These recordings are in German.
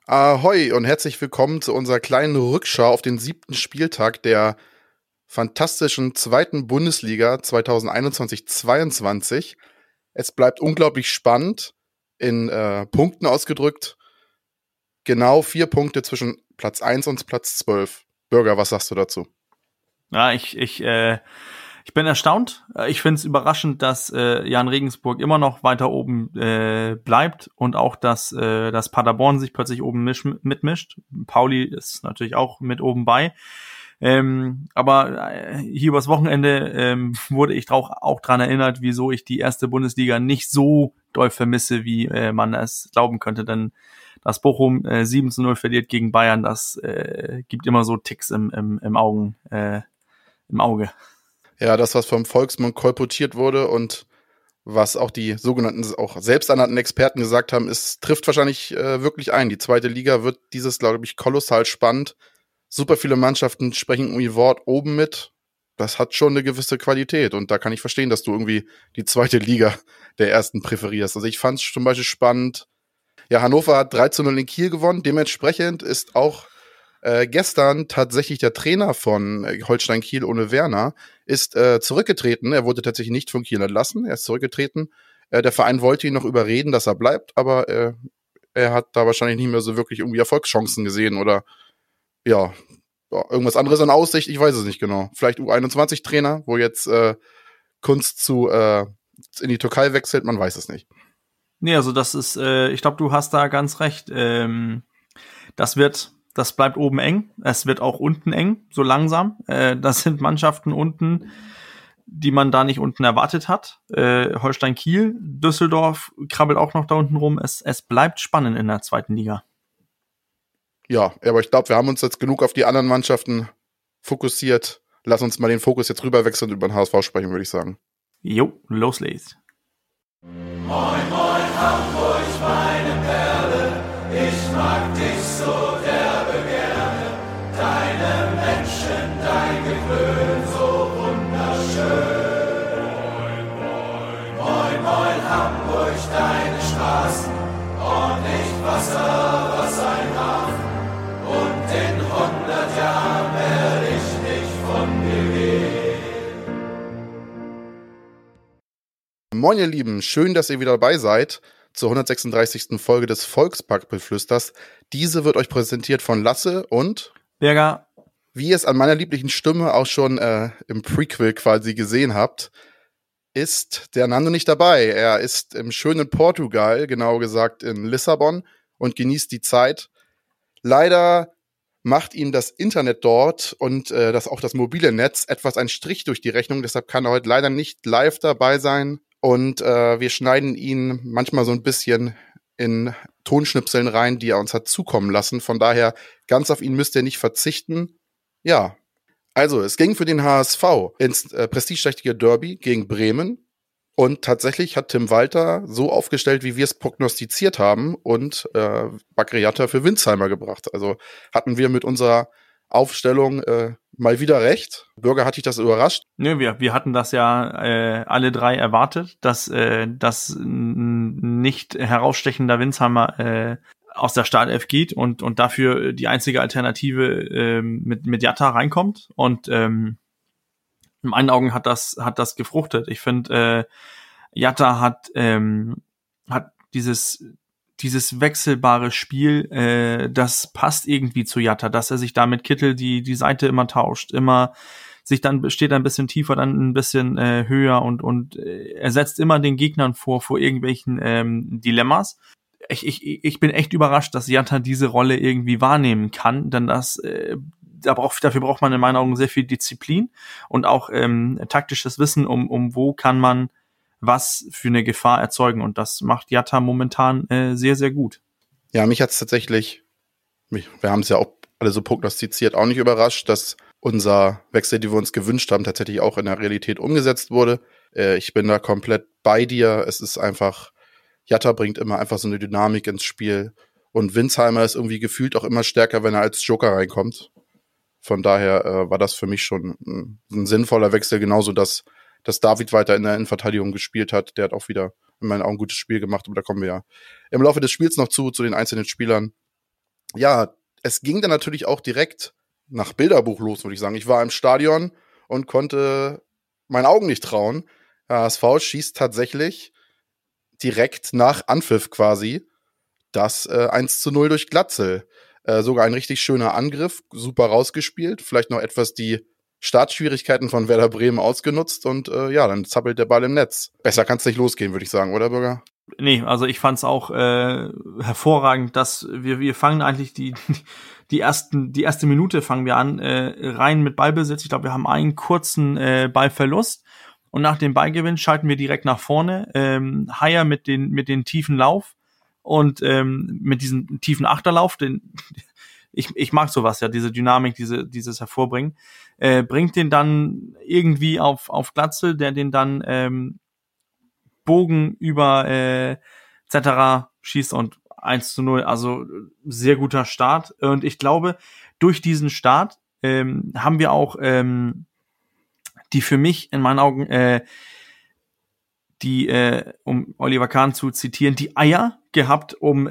Ahoi und herzlich willkommen zu unserer kleinen Rückschau auf den 7. Spieltag der fantastischen 2. Bundesliga 2021-22. Es bleibt unglaublich spannend, in Punkten ausgedrückt. Genau 4 Punkte zwischen Platz 1 und Platz 12. Bürger, was sagst du dazu? Ja, ich bin erstaunt. Ich finde es überraschend, dass Jan Regensburg immer noch weiter oben bleibt und auch, dass Paderborn sich plötzlich oben mitmischt. Pauli ist natürlich auch mit oben bei. Aber hier übers Wochenende wurde ich auch dran erinnert, wieso ich die erste Bundesliga nicht so doll vermisse, wie man es glauben könnte. Denn dass Bochum 7-0 verliert gegen Bayern, das gibt immer so Ticks im Auge. Ja, das, was vom Volksmund kolportiert wurde und was auch die sogenannten, auch selbsternannten Experten gesagt haben, trifft wahrscheinlich wirklich ein. Die zweite Liga wird dieses, glaube ich, kolossal spannend. Super viele Mannschaften sprechen irgendwie Wort oben mit. Das hat schon eine gewisse Qualität und da kann ich verstehen, dass du irgendwie die zweite Liga der ersten präferierst. Also ich fand es zum Beispiel spannend. Ja, Hannover hat 3-0 in Kiel gewonnen. Dementsprechend ist auch gestern tatsächlich der Trainer von Holstein Kiel ohne Werner ist zurückgetreten. Er wurde tatsächlich nicht von Kiel entlassen. Er ist zurückgetreten. Der Verein wollte ihn noch überreden, dass er bleibt, aber er hat da wahrscheinlich nicht mehr so wirklich irgendwie Erfolgschancen gesehen oder ja, irgendwas anderes in Aussicht. Ich weiß es nicht genau. Vielleicht U21-Trainer, wo jetzt Kunst in die Türkei wechselt. Man weiß es nicht. Nee, also das ist, ich glaube, du hast da ganz recht. Das bleibt oben eng. Es wird auch unten eng, so langsam. Das sind Mannschaften unten, die man da nicht unten erwartet hat. Holstein Kiel, Düsseldorf krabbelt auch noch da unten rum. Es bleibt spannend in der zweiten Liga. Ja, aber ich glaube, wir haben uns jetzt genug auf die anderen Mannschaften fokussiert. Lass uns mal den Fokus jetzt rüber wechseln und über den HSV sprechen, würde ich sagen. Jo, los geht's. Moin, moin, Hamburg, meine Perle, ich mag dich so derbe gerne. Deine Menschen, dein Gewöhn, so wunderschön. Moin, moin, moin, moin, Hamburg, deine Straßen, ordentlich Wasser, was ein Hafen. Und in 100 Jahren werde ich nicht von dir gehen. Moin ihr Lieben, schön, dass ihr wieder dabei seid zur 136. Folge des Volksparkbeflüsters. Diese wird euch präsentiert von Lasse und Berger. Wie ihr es an meiner lieblichen Stimme auch schon im Prequel quasi gesehen habt, ist der Nando nicht dabei. Er ist im schönen Portugal, genauer gesagt in Lissabon und genießt die Zeit. Leider macht ihm das Internet dort und auch das mobile Netz etwas einen Strich durch die Rechnung. Deshalb kann er heute leider nicht live dabei sein. Und wir schneiden ihn manchmal so ein bisschen in Tonschnipseln rein, die er uns hat zukommen lassen. Von daher, ganz auf ihn müsst ihr nicht verzichten. Ja, also es ging für den HSV ins prestigeträchtige Derby gegen Bremen. Und tatsächlich hat Tim Walter so aufgestellt, wie wir es prognostiziert haben und Bakri Yatta für Winsheimer gebracht. Also hatten wir mit unserer Aufstellung mal wieder recht. Bürger, hat dich das überrascht? Nö, wir hatten das ja alle drei erwartet, dass das nicht herausstechender Winsheimer aus der Startelf geht und dafür die einzige Alternative mit Yatta reinkommt. Und in meinen Augen hat das gefruchtet. Ich finde, Yatta hat dieses wechselbare Spiel, das passt irgendwie zu Yatta, dass er sich da mit Kittel die Seite immer tauscht, immer sich dann steht ein bisschen tiefer, dann ein bisschen höher und er setzt immer den Gegnern vor irgendwelchen Dilemmas. Ich bin echt überrascht, dass Yatta diese Rolle irgendwie wahrnehmen kann, denn dafür braucht man in meinen Augen sehr viel Disziplin und auch taktisches Wissen, um wo kann man was für eine Gefahr erzeugen. Und das macht Yatta momentan sehr, sehr gut. Ja, mich hat es tatsächlich, wir haben es ja auch alle so prognostiziert, auch nicht überrascht, dass unser Wechsel, den wir uns gewünscht haben, tatsächlich auch in der Realität umgesetzt wurde. Ich bin da komplett bei dir. Es ist einfach, Yatta bringt immer einfach so eine Dynamik ins Spiel. Und Winsheimer ist irgendwie gefühlt auch immer stärker, wenn er als Joker reinkommt. Von daher war das für mich schon ein sinnvoller Wechsel, genauso dass David weiter in der Innenverteidigung gespielt hat. Der hat auch wieder in meinen Augen ein gutes Spiel gemacht, aber da kommen wir ja im Laufe des Spiels noch zu den einzelnen Spielern. ja, es ging dann natürlich auch direkt nach Bilderbuch los, würde ich sagen. Ich war im Stadion und konnte meinen Augen nicht trauen. Der HSV schießt tatsächlich direkt nach Anpfiff quasi das 1:0 durch Glatzel. Sogar ein richtig schöner Angriff, super rausgespielt, vielleicht noch etwas die Startschwierigkeiten von Werder Bremen ausgenutzt und ja, dann zappelt der Ball im Netz. Besser kann es nicht losgehen, würde ich sagen, oder Bürger? Nee, also ich fand's auch hervorragend, dass wir fangen eigentlich die erste Minute fangen wir an, rein mit Ballbesitz. Ich glaube, wir haben einen kurzen Ballverlust und nach dem Ballgewinn schalten wir direkt nach vorne. Haier mit den tiefen Lauf und mit diesem tiefen Achterlauf, ich mag sowas, ja, diese Dynamik, dieses Hervorbringen, bringt den dann irgendwie auf Glatzel, der den dann Bogen über etc. schießt und 1:0, also sehr guter Start. Und ich glaube, durch diesen Start haben wir auch die für mich in meinen Augen um Oliver Kahn zu zitieren, die Eier gehabt, um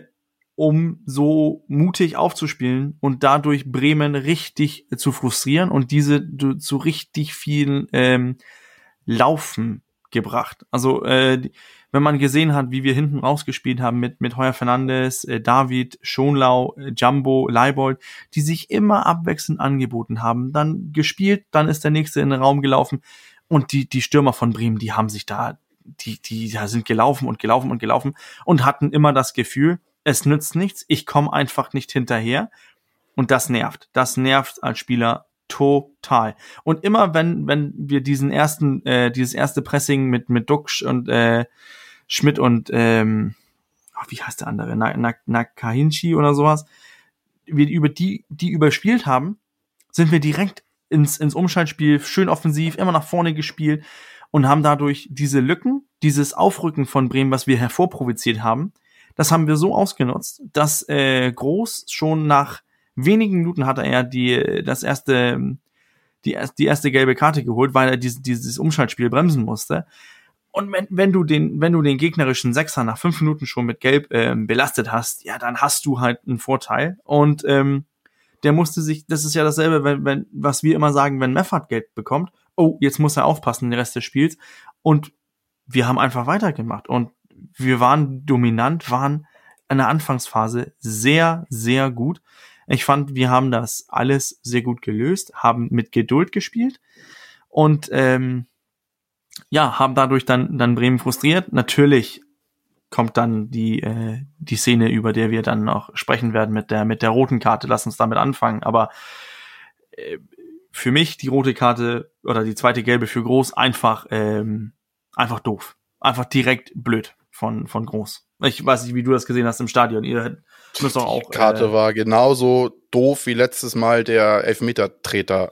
so mutig aufzuspielen und dadurch Bremen richtig zu frustrieren und diese zu richtig vielen Laufen gebracht. Also wenn man gesehen hat, wie wir hinten rausgespielt haben mit Heuer Fernandes, David, Schonlau, Jumbo, Leibold, die sich immer abwechselnd angeboten haben, dann gespielt, dann ist der nächste in den Raum gelaufen und die Stürmer von Bremen, die haben sich die sind gelaufen und hatten immer das Gefühl, es nützt nichts, ich komme einfach nicht hinterher und das nervt als Spieler total. Und immer wenn wir dieses erste Pressing mit Duxch und Schmidt und wie heißt der andere? Nakahinchi oder sowas, wir über die überspielt haben, sind wir direkt ins Umschaltspiel schön offensiv, immer nach vorne gespielt und haben dadurch diese Lücken, dieses Aufrücken von Bremen, was wir hervorprovoziert haben, das haben wir so ausgenutzt, dass Groß schon nach wenigen Minuten hatte er die erste gelbe Karte geholt, weil er dieses Umschaltspiel bremsen musste. Und wenn du den gegnerischen Sechser nach 5 Minuten schon mit Gelb belastet hast, ja, dann hast du halt einen Vorteil. Und der musste sich, das ist ja dasselbe, was wir immer sagen, wenn Meffert Gelb bekommt, oh, jetzt muss er aufpassen den Rest des Spiels. Und wir haben einfach weitergemacht. Und wir waren dominant, waren in der Anfangsphase sehr, sehr gut. Ich fand, wir haben das alles sehr gut gelöst, haben mit Geduld gespielt und haben dadurch dann Bremen frustriert. Natürlich kommt dann die Szene, über der wir dann noch sprechen werden mit der roten Karte. Lass uns damit anfangen. Aber für mich die rote Karte oder die zweite gelbe für Groß einfach doof. Einfach direkt blöd von Groß. Ich weiß nicht, wie du das gesehen hast im Stadion. Ihr müsst doch auch. Die Karte war genauso doof wie letztes Mal die Elfmetertreter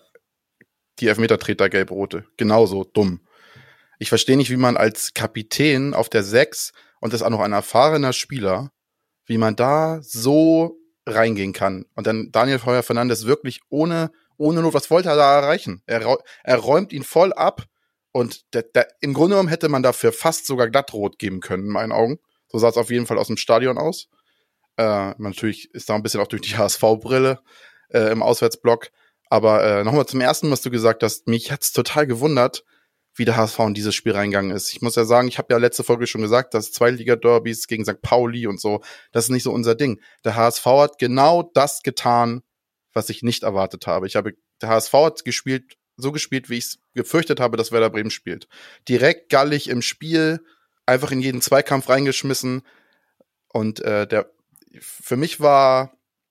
gelb-rote. Genauso dumm. Ich verstehe nicht, wie man als Kapitän auf der 6 und das ist auch noch ein erfahrener Spieler, wie man da so reingehen kann. Und dann Daniel Heuer Fernandes wirklich ohne Not, was wollte er da erreichen? Er räumt ihn voll ab und im Grunde genommen hätte man dafür fast sogar glattrot geben können, in meinen Augen. So sah es auf jeden Fall aus dem Stadion aus. Natürlich ist da ein bisschen auch durch die HSV-Brille im Auswärtsblock. Aber nochmal zum Ersten, was du gesagt hast, mich hat's total gewundert, wie der HSV in dieses Spiel reingegangen ist. Ich muss ja sagen, ich habe ja letzte Folge schon gesagt, dass Zweitliga-Derbys gegen St. Pauli und so, das ist nicht so unser Ding. Der HSV hat genau das getan, was ich nicht erwartet habe. Der HSV hat so gespielt, wie ich es gefürchtet habe, dass Werder Bremen spielt. Direkt gallig im Spiel, einfach in jeden Zweikampf reingeschmissen. Und für mich war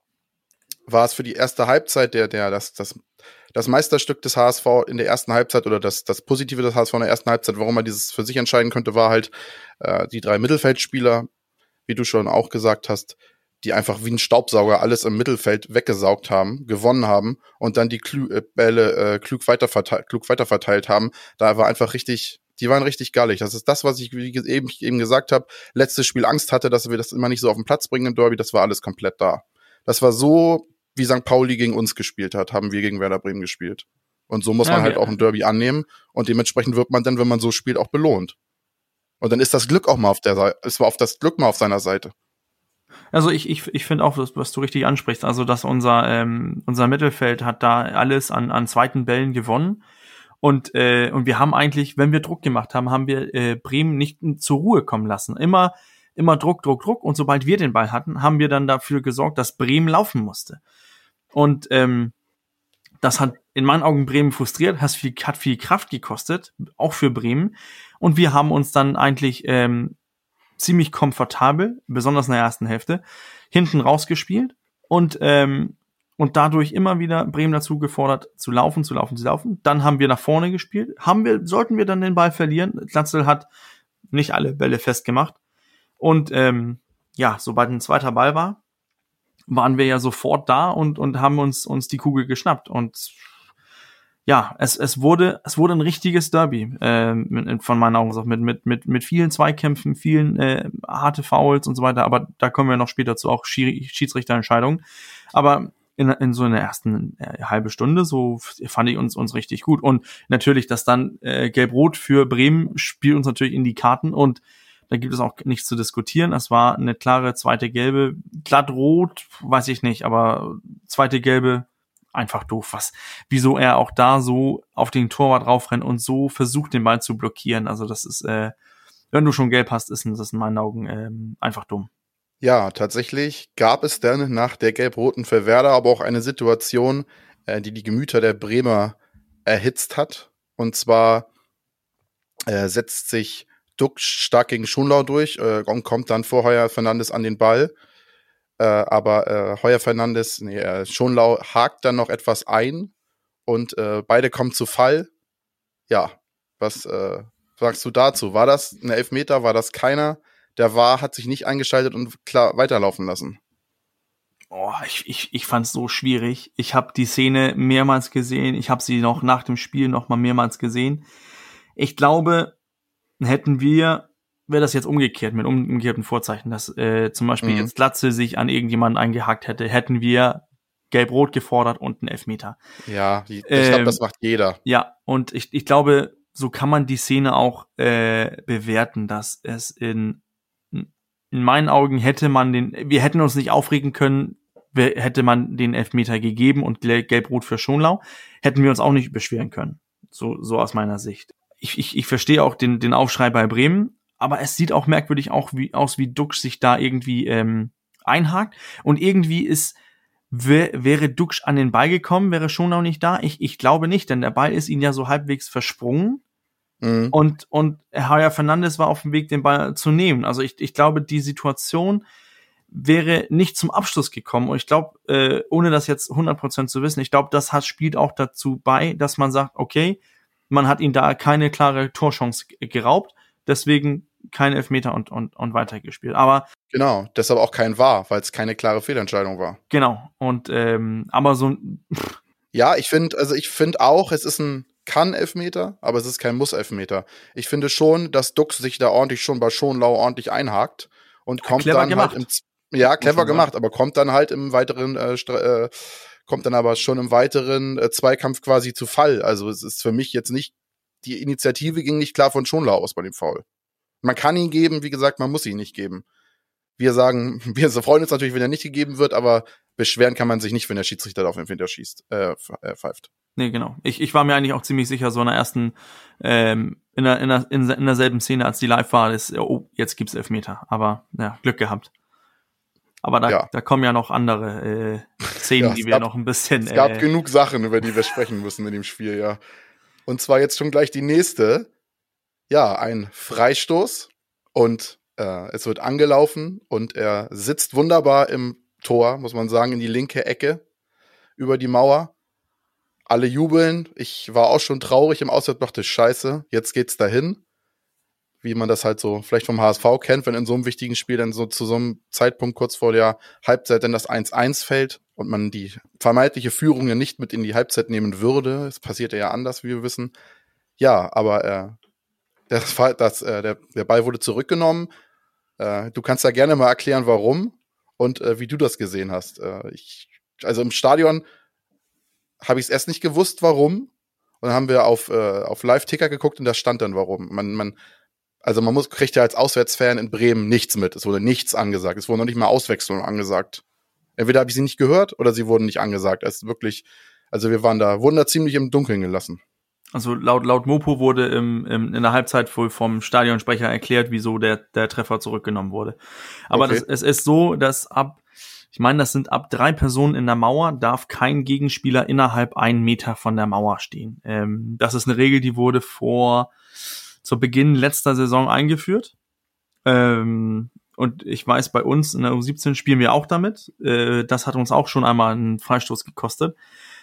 es für die erste Halbzeit das Meisterstück des HSV in der ersten Halbzeit oder das Positive des HSV in der ersten Halbzeit, warum man dieses für sich entscheiden könnte, war halt die 3 Mittelfeldspieler, wie du schon auch gesagt hast, die einfach wie ein Staubsauger alles im Mittelfeld weggesaugt haben, gewonnen haben und dann die Bälle klug weiterverteilt haben. Da war einfach die waren richtig gallig. Das ist das, was ich eben gesagt habe. Letztes Spiel Angst hatte, dass wir das immer nicht so auf den Platz bringen im Derby. Das war alles komplett da. Das war so, wie St. Pauli gegen uns gespielt hat, haben wir gegen Werder Bremen gespielt. Und so muss man halt auch ein Derby annehmen. Und dementsprechend wird man dann, wenn man so spielt, auch belohnt. Und dann ist das Glück auch mal auf der Seite. Es war auf das Glück mal auf seiner Seite. Also ich finde auch, was du richtig ansprichst, also dass unser Mittelfeld hat da alles an zweiten Bällen gewonnen. Und wir haben eigentlich, wenn wir Druck gemacht haben, haben wir Bremen nicht zur Ruhe kommen lassen. Immer Druck. Und sobald wir den Ball hatten, haben wir dann dafür gesorgt, dass Bremen laufen musste. Und das hat in meinen Augen Bremen frustriert, hat viel Kraft gekostet, auch für Bremen. Und wir haben uns dann eigentlich ziemlich komfortabel, besonders in der ersten Hälfte, hinten rausgespielt und dadurch immer wieder Bremen dazu gefordert, zu laufen. Dann haben wir nach vorne gespielt. Sollten wir dann den Ball verlieren? Glatzel hat nicht alle Bälle festgemacht. Und sobald ein zweiter Ball war, waren wir ja sofort da und haben uns die Kugel geschnappt. Und ja, es wurde ein richtiges Derby von meinen Augen aus, mit vielen Zweikämpfen, vielen harte Fouls und so weiter. Aber da kommen wir noch später zu, auch Schiedsrichterentscheidungen. Aber in so einer ersten halbe Stunde, so fand ich uns richtig gut. Und natürlich, dass dann Gelb-Rot für Bremen spielt uns natürlich in die Karten und da gibt es auch nichts zu diskutieren. Es war eine klare zweite Gelbe. Glatt rot, weiß ich nicht, aber zweite Gelbe, einfach doof. Wieso er auch da so auf den Torwart raufrennt und so versucht, den Ball zu blockieren. Also das ist, wenn du schon gelb hast, ist das in meinen Augen einfach dumm. Ja, tatsächlich gab es dann nach der Gelb-Roten für Werder aber auch eine Situation, die Gemüter der Bremer erhitzt hat. Und zwar setzt sich Duck stark gegen Schonlau durch und kommt dann vor Heuer Fernandes an den Ball. Aber Heuer Fernandes, Schonlau hakt dann noch etwas ein und beide kommen zu Fall. Ja, was sagst du dazu? War das ein Elfmeter? War das keiner? Der VAR hat sich nicht eingeschaltet und klar weiterlaufen lassen. Oh, ich fand's so schwierig. Ich habe die Szene mehrmals gesehen. Ich habe sie noch nach dem Spiel noch mal mehrmals gesehen. Ich glaube, wäre das jetzt umgekehrt, mit umgekehrten Vorzeichen, dass zum Beispiel jetzt Glatzel sich an irgendjemanden eingehakt hätte, hätten wir Gelb-Rot gefordert und einen Elfmeter. Ja, ich glaube, das macht jeder. Ja, und ich glaube, so kann man die Szene auch bewerten, dass es in meinen Augen wir hätten uns nicht aufregen können, hätte man den Elfmeter gegeben und Gelb-Rot für Schonlau, hätten wir uns auch nicht beschweren können. So aus meiner Sicht. Ich verstehe auch den Aufschrei bei Bremen, aber es sieht auch merkwürdig aus, wie Duxch sich da irgendwie einhakt. Und irgendwie wäre Duxch an den Ball gekommen, wäre Schonlau nicht da. Ich glaube nicht, denn der Ball ist ihn ja so halbwegs versprungen. Mhm. Und Heuer Fernandes war auf dem Weg, den Ball zu nehmen. Also ich glaube, die Situation wäre nicht zum Abschluss gekommen. Und ich glaube, ohne das jetzt 100% zu wissen, ich glaube, das spielt auch dazu bei, dass man sagt, okay, man hat ihm da keine klare Torchance geraubt, deswegen kein Elfmeter und weitergespielt. Aber genau, deshalb auch kein VAR, weil es keine klare Fehlentscheidung war. Genau, und aber so ja, ich finde auch, es ist ein Kann-Elfmeter, aber es ist kein Muss-Elfmeter. Ich finde schon, dass Duxch sich da ordentlich schon bei Schonlau ordentlich einhakt und kommt clever dann gemacht. halt clever gemacht, aber kommt dann halt im weiteren Zweikampf quasi zu Fall. Also es ist für mich jetzt nicht, die Initiative ging nicht klar von Schonlau aus bei dem Foul. Man kann ihn geben, wie gesagt, man muss ihn nicht geben. Wir freuen uns natürlich, wenn er nicht gegeben wird, aber beschweren kann man sich nicht, wenn der Schiedsrichter da auf den Finger pfeift. Nee, genau. Ich war mir eigentlich auch ziemlich sicher, so in der ersten, in derselben Szene, als die live war, jetzt gibt's Elfmeter. Aber ja, Glück gehabt. Aber da kommen ja noch andere Szenen, die wir noch ein bisschen... Es gab genug Sachen, über die wir sprechen müssen in dem Spiel, ja. Und zwar jetzt schon gleich die nächste. Ja, ein Freistoß und es wird angelaufen und er sitzt wunderbar im Tor, muss man sagen, in die linke Ecke über die Mauer. Alle jubeln. Ich war auch schon traurig im Auswärts, dachte, scheiße, jetzt geht's dahin. Wie man das halt so vielleicht vom HSV kennt, wenn in so einem wichtigen Spiel dann so zu so einem Zeitpunkt kurz vor der Halbzeit dann das 1-1 fällt und man die vermeintliche Führung ja nicht mit in die Halbzeit nehmen würde. Es passiert ja anders, wie wir wissen. Ja, aber der Ball wurde zurückgenommen. Du kannst da gerne mal erklären, warum und wie du das gesehen hast. Also im Stadion habe ich es erst nicht gewusst, warum. Und dann haben wir auf Live-Ticker geguckt und da stand dann, warum. Man Also kriegt ja als Auswärtsfan in Bremen nichts mit. Es wurde nichts angesagt. Es wurden noch nicht mal Auswechslungen angesagt. Entweder habe ich sie nicht gehört oder sie wurden nicht angesagt. Es ist wirklich, also wir wurden da ziemlich im Dunkeln gelassen. Also laut Mopo wurde in der Halbzeit wohl vom Stadionsprecher erklärt, wieso der Treffer zurückgenommen wurde. Aber Okay. es ist so, dass das sind ab 3 Personen in der Mauer, darf kein Gegenspieler innerhalb 1 Meter von der Mauer stehen. Das ist eine Regel, die wurde zu Beginn letzter Saison eingeführt. Und ich weiß, bei uns in der U17 spielen wir auch damit. Das hat uns auch schon einmal einen Freistoß gekostet.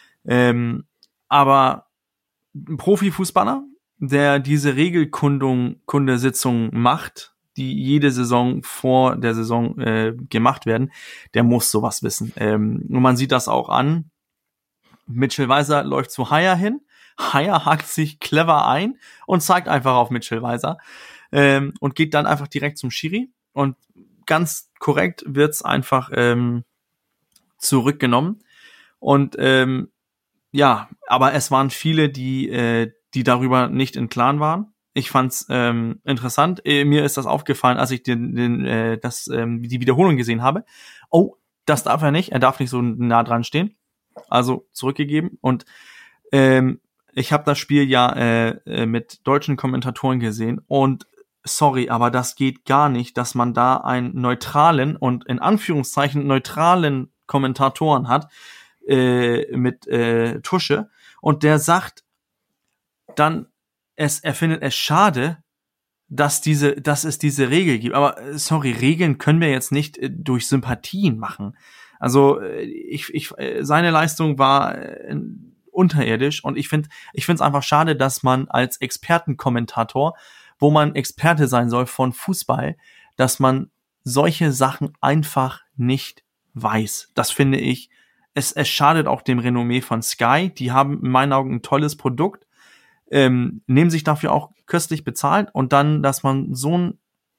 Aber ein Profifußballer, der diese Regelkundesitzung macht, die jede Saison vor der Saison gemacht werden, der muss sowas wissen. Und man sieht das auch an. Mitchell Weiser läuft zu Haier hin. Haier hakt sich clever ein und zeigt einfach auf Mitchell Weiser und geht dann einfach direkt zum Schiri. Und ganz korrekt wird's einfach zurückgenommen. Und aber es waren viele, die darüber nicht im Klaren waren. Ich fand's interessant. Mir ist das aufgefallen, als ich die Wiederholung gesehen habe. Oh, das darf er nicht. Er darf nicht so nah dran stehen. Also zurückgegeben. Und ich habe das Spiel ja mit deutschen Kommentatoren gesehen. Und sorry, aber das geht gar nicht, dass man da einen neutralen und in Anführungszeichen neutralen Kommentatoren hat, mit Tusche, und der sagt dann, er findet es schade, dass es diese Regel gibt. Aber sorry, Regeln können wir jetzt nicht durch Sympathien machen. Also seine Leistung war unterirdisch, und ich finde es einfach schade, dass man als Expertenkommentator, wo man Experte sein soll von Fußball, dass man solche Sachen einfach nicht weiß. Das finde ich, es schadet auch dem Renommee von Sky. Die haben in meinen Augen ein tolles Produkt, nehmen sich dafür auch köstlich bezahlt, und dann, dass man so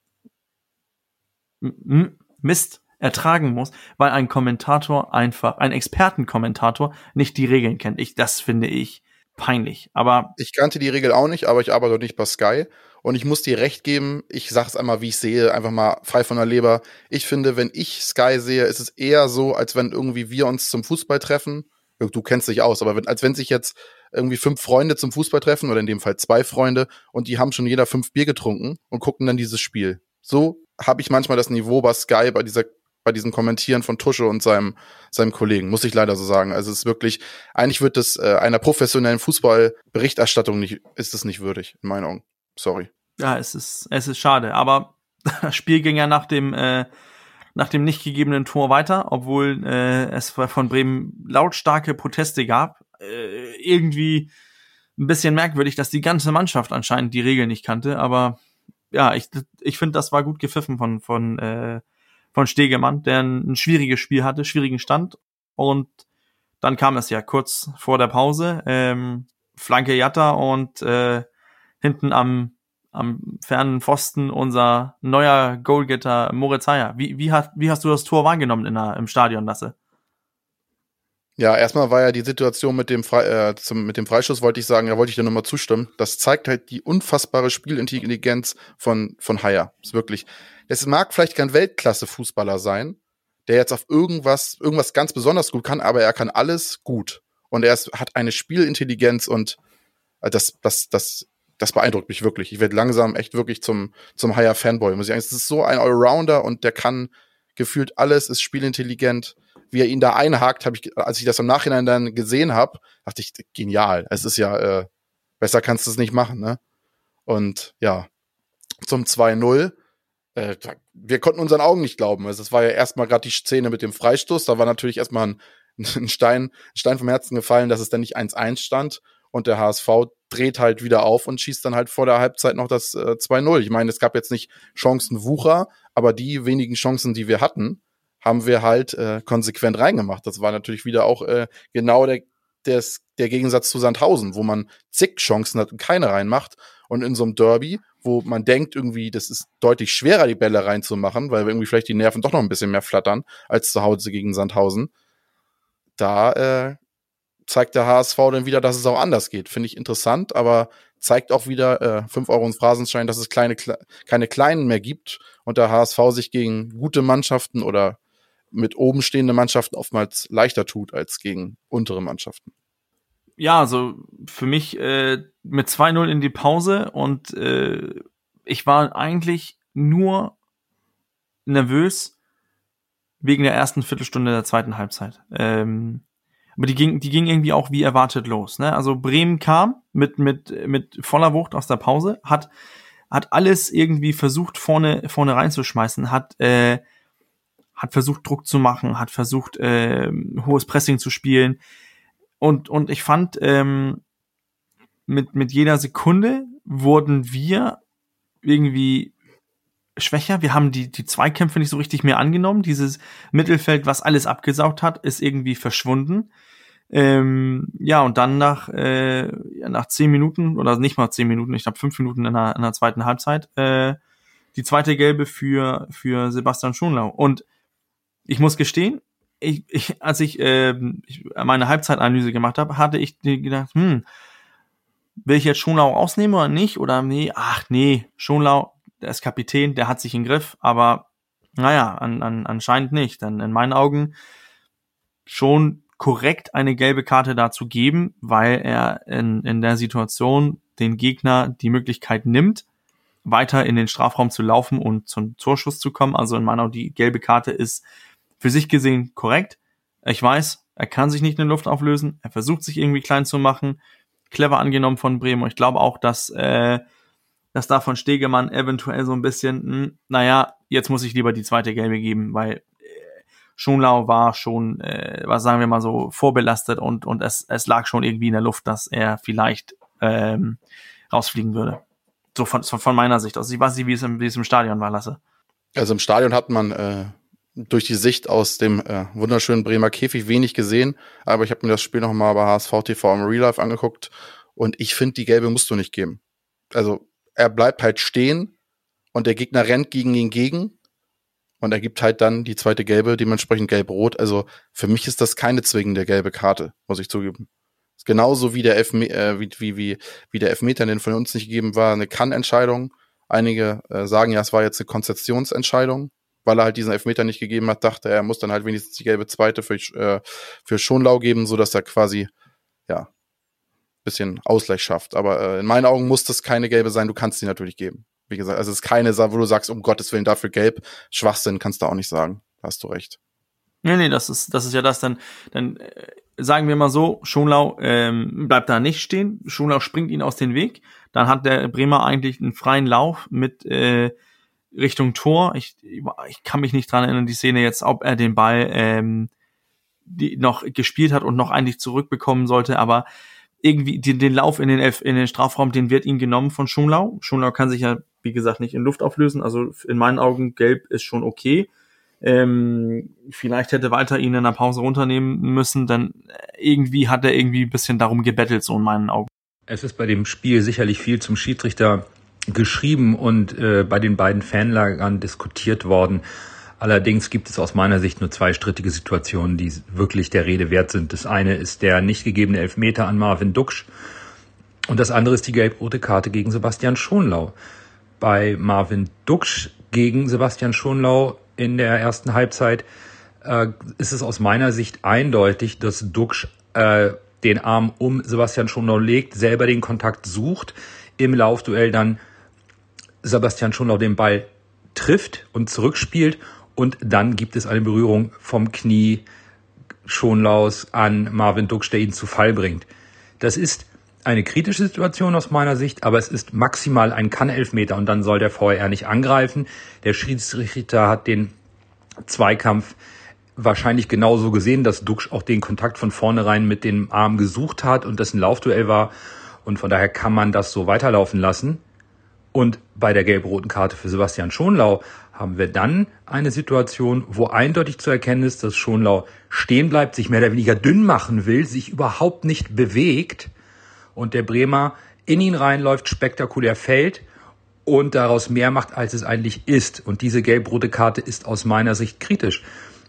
ein Mist ertragen muss, weil ein Expertenkommentator nicht die Regeln kennt. Das finde ich peinlich. Aber ich kannte die Regel auch nicht, aber ich arbeite nicht bei Sky. Und ich muss dir recht geben, ich sag's einmal, wie ich sehe, einfach mal frei von der Leber. Ich finde, wenn ich Sky sehe, ist es eher so, als wenn irgendwie wir uns zum Fußball treffen. Du kennst dich aus, aber als wenn sich jetzt irgendwie 5 Freunde zum Fußball treffen, oder in dem Fall 2 Freunde, und die haben schon jeder 5 Bier getrunken und gucken dann dieses Spiel. So habe ich manchmal das Niveau bei Sky, bei diesem Kommentieren von Tusche und seinem Kollegen, muss ich leider so sagen. Also es ist wirklich, eigentlich wird es einer professionellen Fußballberichterstattung ist es nicht würdig, in meinen Augen. Sorry. Ja, es ist schade, aber das Spiel ging ja nach dem nicht gegebenen Tor weiter, obwohl es von Bremen lautstarke Proteste gab. Irgendwie ein bisschen merkwürdig, dass die ganze Mannschaft anscheinend die Regeln nicht kannte, aber ja, ich finde, das war gut gepfiffen von Stegemann, der ein schwieriges Spiel hatte, schwierigen Stand, und dann kam es ja kurz vor der Pause, Flanke Jatta und hinten am fernen Pfosten unser neuer Goalgetter Moritz Haier. Wie hast du das Tor wahrgenommen im Stadion, Lasse? Ja, erstmal war ja die Situation mit dem Freistoß, wollte ich sagen, da wollte ich dir nochmal zustimmen. Das zeigt halt die unfassbare Spielintelligenz von Haier. Das ist wirklich, es mag vielleicht kein Weltklasse-Fußballer sein, der jetzt auf irgendwas ganz besonders gut kann, aber er kann alles gut. Und hat eine Spielintelligenz, und das beeindruckt mich wirklich. Ich werde langsam echt wirklich zum Haier-Fanboy, muss ich sagen. Es ist so ein Allrounder, und der kann gefühlt alles, ist spielintelligent. Wie er ihn da einhakt, als ich das im Nachhinein dann gesehen habe, dachte ich, genial. Es ist ja, besser kannst du es nicht machen, ne? Und ja, zum 2-0, wir konnten unseren Augen nicht glauben. Also es war ja erstmal gerade die Szene mit dem Freistoß, da war natürlich erstmal ein Stein vom Herzen gefallen, dass es dann nicht 1-1 stand, und der HSV dreht halt wieder auf und schießt dann halt vor der Halbzeit noch das 2-0. Ich meine, es gab jetzt nicht Chancenwucher, aber die wenigen Chancen, die wir hatten, haben wir halt konsequent reingemacht. Das war natürlich wieder auch genau der Gegensatz zu Sandhausen, wo man zig Chancen hat und keine reinmacht. Und in so einem Derby, wo man denkt irgendwie, das ist deutlich schwerer, die Bälle reinzumachen, weil irgendwie vielleicht die Nerven doch noch ein bisschen mehr flattern als zu Hause gegen Sandhausen, da zeigt der HSV dann wieder, dass es auch anders geht. Finde ich interessant, aber zeigt auch wieder 5 Euro ins Phrasenschwein, dass es keine kleinen mehr gibt und der HSV sich gegen gute Mannschaften oder mit oben stehende Mannschaften oftmals leichter tut als gegen untere Mannschaften. Ja, also für mich mit 2-0 in die Pause und ich war eigentlich nur nervös wegen der ersten Viertelstunde der zweiten Halbzeit. Aber die ging irgendwie auch wie erwartet los. Ne? Also Bremen kam mit voller Wucht aus der Pause, hat alles irgendwie versucht vorne reinzuschmeißen, hat versucht Druck zu machen, hat versucht hohes Pressing zu spielen und ich fand mit jeder Sekunde wurden wir irgendwie schwächer. Wir haben die Zweikämpfe nicht so richtig mehr angenommen. Dieses Mittelfeld, was alles abgesaugt hat, ist irgendwie verschwunden. Und dann nach 10 Minuten oder nicht mal 10 Minuten, ich glaube 5 Minuten in der zweiten Halbzeit, die zweite Gelbe für Sebastian Schonlau. Und ich muss gestehen, als ich meine Halbzeitanalyse gemacht habe, hatte ich gedacht, will ich jetzt Schonlau ausnehmen oder nicht? Oder nee, Schonlau, der ist Kapitän, der hat sich im Griff, aber naja, anscheinend nicht. Dann in meinen Augen schon korrekt eine gelbe Karte dazu geben, weil er in der Situation den Gegner die Möglichkeit nimmt, weiter in den Strafraum zu laufen und zum Torschuss zu kommen. Also in meiner Augen, die gelbe Karte ist für sich gesehen korrekt. Ich weiß, er kann sich nicht in der Luft auflösen, er versucht sich irgendwie klein zu machen, clever angenommen von Bremen. Und ich glaube auch, dass da von Stegemann eventuell so ein bisschen, jetzt muss ich lieber die zweite Gelbe geben, weil Schonlau war schon, was sagen wir mal so, vorbelastet und es lag schon irgendwie in der Luft, dass er vielleicht rausfliegen würde. So von meiner Sicht aus. Ich weiß nicht, wie es im Stadion war, Lasse. Also im Stadion hat man durch die Sicht aus dem wunderschönen Bremer Käfig wenig gesehen, aber ich habe mir das Spiel nochmal bei HSV TV im Real Life angeguckt und ich finde, die Gelbe musst du nicht geben. Also er bleibt halt stehen und der Gegner rennt gegen ihn gegen und er gibt halt dann die zweite Gelbe, dementsprechend gelb-rot. Also für mich ist das keine zwingende gelbe Karte, muss ich zugeben. Ist genauso wie der wie der Elfmeter, den von uns nicht gegeben war, eine Kann-Entscheidung. Einige sagen ja, es war jetzt eine Konzeptionsentscheidung, weil er halt diesen Elfmeter nicht gegeben hat, dachte er muss dann halt wenigstens die gelbe zweite für Schonlau geben, sodass er quasi bisschen Ausgleich schafft. Aber in meinen Augen muss das keine gelbe sein, du kannst sie natürlich geben. Wie gesagt, also es ist keine, wo du sagst, um Gottes Willen dafür gelb. Schwachsinn kannst du auch nicht sagen. Da hast du recht. Nee, das ist ja das. Dann sagen wir mal so, Schonlau bleibt da nicht stehen. Schonlau springt ihn aus dem Weg. Dann hat der Bremer eigentlich einen freien Lauf mit Richtung Tor. Ich kann mich nicht dran erinnern, die Szene jetzt, ob er den Ball noch gespielt hat und noch eigentlich zurückbekommen sollte, aber irgendwie den Lauf in den Strafraum, den wird ihm genommen von Schonlau. Schonlau kann sich ja, wie gesagt, nicht in Luft auflösen. Also in meinen Augen, gelb ist schon okay. Vielleicht hätte Walter ihn in der Pause runternehmen müssen, dann hat er irgendwie ein bisschen darum gebettelt, so in meinen Augen. Es ist bei dem Spiel sicherlich viel zum Schiedsrichter geschrieben und bei den beiden Fanlagern diskutiert worden. Allerdings gibt es aus meiner Sicht nur 2 strittige Situationen, die wirklich der Rede wert sind. Das eine ist der nicht gegebene Elfmeter an Marvin Duksch und das andere ist die gelb-rote Karte gegen Sebastian Schonlau. Bei Marvin Duksch gegen Sebastian Schonlau in der ersten Halbzeit ist es aus meiner Sicht eindeutig, dass Duksch den Arm um Sebastian Schonlau legt, selber den Kontakt sucht, im Laufduell dann Sebastian Schonlau den Ball trifft und zurückspielt und dann gibt es eine Berührung vom Knie Schonlaus an Marvin Duksch, der ihn zu Fall bringt. Das ist eine kritische Situation aus meiner Sicht, aber es ist maximal ein Kann-Elfmeter und dann soll der VAR nicht angreifen. Der Schiedsrichter hat den Zweikampf wahrscheinlich genauso gesehen, dass Duksch auch den Kontakt von vornherein mit dem Arm gesucht hat und das ein Laufduell war und von daher kann man das so weiterlaufen lassen. Und bei der gelb-roten Karte für Sebastian Schonlau haben wir dann eine Situation, wo eindeutig zu erkennen ist, dass Schonlau stehen bleibt, sich mehr oder weniger dünn machen will, sich überhaupt nicht bewegt und der Bremer in ihn reinläuft, spektakulär fällt und daraus mehr macht, als es eigentlich ist. Und diese gelb-rote Karte ist aus meiner Sicht kritisch.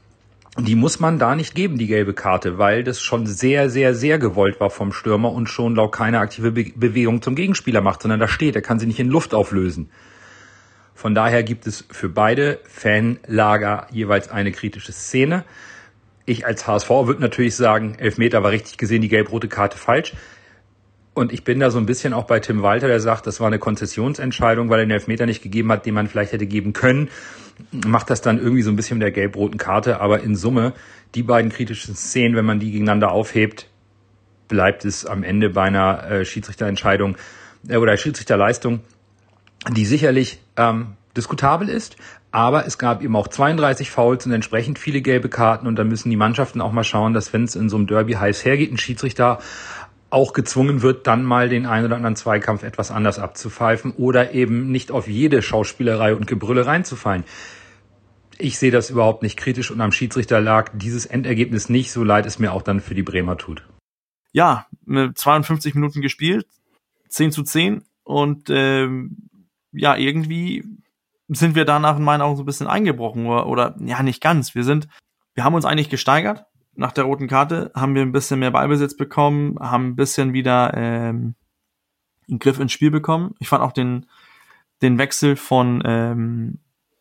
die muss man da nicht geben, die gelbe Karte, weil das schon sehr, sehr, sehr gewollt war vom Stürmer und schon laut keine aktive Bewegung zum Gegenspieler macht, sondern da steht, er kann sie nicht in Luft auflösen. Von daher gibt es für beide Fanlager jeweils eine kritische Szene. Ich als HSV würde natürlich sagen, Elfmeter war richtig gesehen, die gelb-rote Karte falsch. Und ich bin da so ein bisschen auch bei Tim Walter, der sagt, das war eine Konzessionsentscheidung, weil er den Elfmeter nicht gegeben hat, den man vielleicht hätte geben können. Macht das dann irgendwie so ein bisschen mit der gelb-roten Karte. Aber in Summe, die beiden kritischen Szenen, wenn man die gegeneinander aufhebt, bleibt es am Ende bei einer Schiedsrichterentscheidung oder Schiedsrichterleistung, die sicherlich diskutabel ist. Aber es gab eben auch 32 Fouls und entsprechend viele gelbe Karten. Und da müssen die Mannschaften auch mal schauen, dass wenn es in so einem Derby heiß hergeht, ein Schiedsrichter auch gezwungen wird, dann mal den einen oder anderen Zweikampf etwas anders abzupfeifen oder eben nicht auf jede Schauspielerei und Gebrülle reinzufallen. Ich sehe das überhaupt nicht kritisch und am Schiedsrichter lag dieses Endergebnis nicht, so leid es mir auch dann für die Bremer tut. Ja, mit 52 Minuten gespielt, 10:10 und ja, irgendwie sind wir danach in meinen Augen so ein bisschen eingebrochen oder ja, nicht ganz. Wir haben uns eigentlich gesteigert. Nach der roten Karte haben wir ein bisschen mehr Ballbesitz bekommen, haben ein bisschen wieder einen Griff ins Spiel bekommen. Ich fand auch den Wechsel von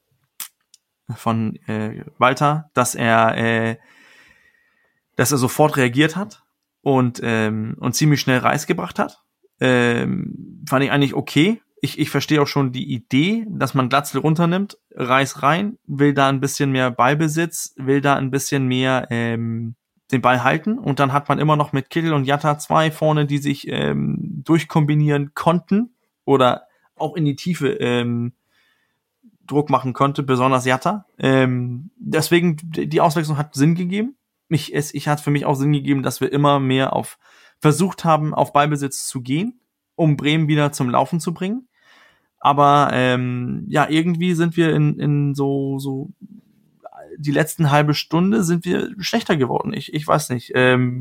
Walter, dass er sofort reagiert hat und ziemlich schnell Reis gebracht hat. Fand ich eigentlich okay. Ich verstehe auch schon die Idee, dass man Glatzel runternimmt, Reis rein, will da ein bisschen mehr Ballbesitz, will da ein bisschen mehr den Ball halten und dann hat man immer noch mit Kittel und Jatta zwei vorne, die sich durchkombinieren konnten oder auch in die Tiefe Druck machen konnte, besonders Jatta. Deswegen, die Auswechslung hat Sinn gegeben. Ich hat für mich auch Sinn gegeben, dass wir immer mehr versucht haben, auf Ballbesitz zu gehen, um Bremen wieder zum Laufen zu bringen. Aber ja, irgendwie sind wir in so die letzten halbe Stunde sind wir schlechter geworden. Ich weiß nicht.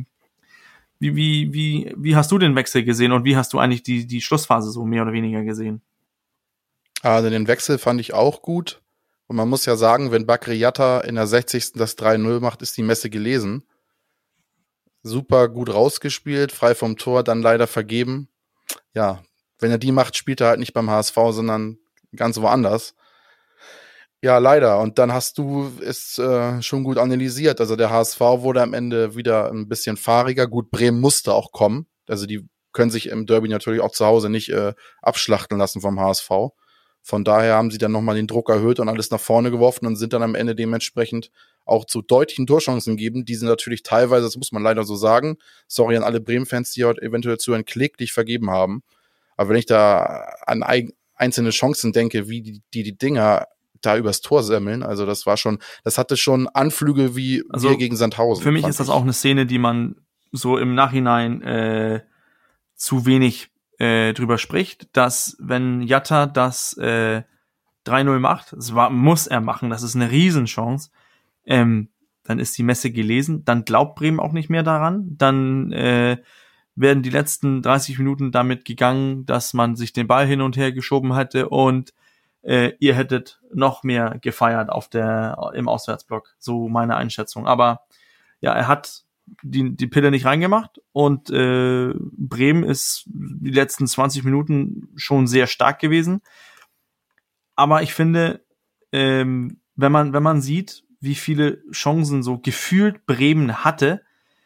Wie hast du den Wechsel gesehen und wie hast du eigentlich die Schlussphase so mehr oder weniger gesehen? Also den Wechsel fand ich auch gut. Und man muss ja sagen, wenn Bakri Jatta in der 60. das 3-0 macht, ist die Messe gelesen. Super gut rausgespielt, frei vom Tor, dann leider vergeben. Ja, wenn er die macht, spielt er halt nicht beim HSV, sondern ganz woanders. Ja, leider. Und dann hast du es schon gut analysiert. Also der HSV wurde am Ende wieder ein bisschen fahriger. Gut, Bremen musste auch kommen. Also die können sich im Derby natürlich auch zu Hause nicht abschlachten lassen vom HSV. Von daher haben sie dann nochmal den Druck erhöht und alles nach vorne geworfen und sind dann am Ende dementsprechend auch zu deutlichen Torchancen gegeben. Die sind natürlich teilweise, das muss man leider so sagen, sorry an alle Bremen-Fans, die heute eventuell zu einem kläglich vergeben haben. Aber wenn ich da an einzelne Chancen denke, wie die Dinger da übers Tor semmeln, also das hatte schon Anflüge wie wir gegen Sandhausen. Für mich ist das auch eine Szene, die man so im Nachhinein zu wenig drüber spricht, dass wenn Jatta das 3-0 macht, muss er machen, das ist eine Riesenchance, dann ist die Messe gelesen, dann glaubt Bremen auch nicht mehr daran, dann werden die letzten 30 Minuten damit gegangen, dass man sich den Ball hin und her geschoben hätte und ihr hättet noch mehr gefeiert im Auswärtsblock, so meine Einschätzung. Aber ja, er hat die Pille nicht reingemacht und Bremen ist die letzten 20 Minuten schon sehr stark gewesen. Aber ich finde, wenn man sieht, wie viele Chancen so gefühlt Bremen hatte,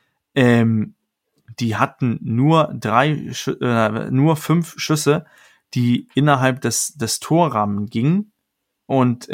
die hatten nur 5 Schüsse, die innerhalb des Torrahmens gingen. Und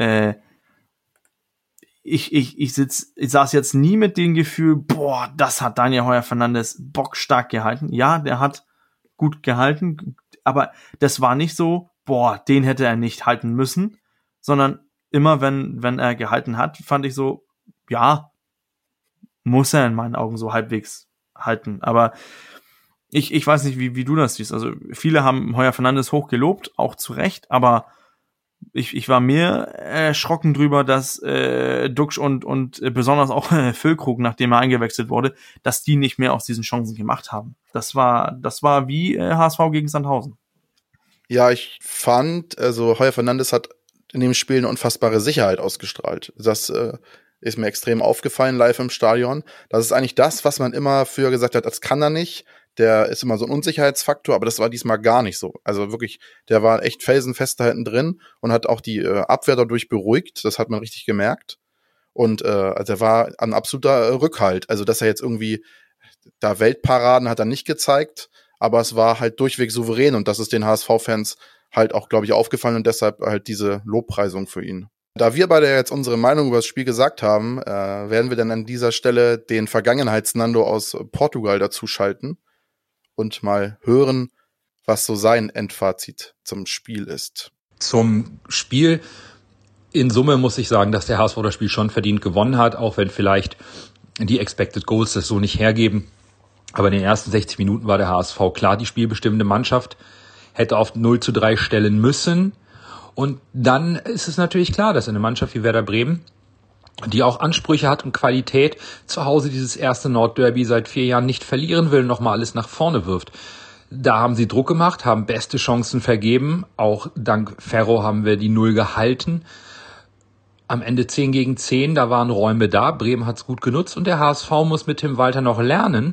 ich saß jetzt nie mit dem Gefühl, boah, das hat Daniel Heuer-Fernandes bockstark gehalten. Ja, der hat gut gehalten, aber das war nicht so, boah, den hätte er nicht halten müssen, sondern immer, wenn er gehalten hat, fand ich so, ja, muss er in meinen Augen so halbwegs halten. Aber ich weiß nicht, wie du das siehst. Also viele haben Heuer-Fernandes hoch gelobt, auch zu Recht, aber ich war mehr erschrocken drüber, dass Duxch und besonders auch Füllkrug, nachdem er eingewechselt wurde, dass die nicht mehr aus diesen Chancen gemacht haben. Das war wie HSV gegen Sandhausen. Ja, ich fand, also Heuer-Fernandes hat in dem Spiel eine unfassbare Sicherheit ausgestrahlt. Das ist mir extrem aufgefallen live im Stadion. Das ist eigentlich das, was man immer früher gesagt hat, das kann er nicht. Der ist immer so ein Unsicherheitsfaktor, aber das war diesmal gar nicht so. Also wirklich, der war echt felsenfest da hinten drin und hat auch die Abwehr dadurch beruhigt. Das hat man richtig gemerkt. Und also er war ein absoluter Rückhalt. Also dass er jetzt irgendwie da Weltparaden hat er nicht gezeigt, aber es war halt durchweg souverän und das ist den HSV-Fans halt auch, glaube ich, aufgefallen und deshalb halt diese Lobpreisung für ihn. Da wir beide jetzt unsere Meinung über das Spiel gesagt haben, werden wir dann an dieser Stelle den Vergangenheits-Nando aus Portugal dazu schalten und mal hören, was so sein Endfazit zum Spiel ist. Zum Spiel in Summe muss ich sagen, dass der HSV das Spiel schon verdient gewonnen hat, auch wenn vielleicht die Expected Goals das so nicht hergeben. Aber in den ersten 60 Minuten war der HSV klar die spielbestimmende Mannschaft, hätte auf 0:3 stellen müssen. Und dann ist es natürlich klar, dass eine Mannschaft wie Werder Bremen, die auch Ansprüche hat und Qualität, zu Hause dieses erste Nordderby seit 4 Jahren nicht verlieren will, nochmal alles nach vorne wirft. Da haben sie Druck gemacht, haben beste Chancen vergeben. Auch dank Ferro haben wir die 0 gehalten. Am Ende 10-10, da waren Räume da. Bremen hat's gut genutzt und der HSV muss mit Tim Walter noch lernen,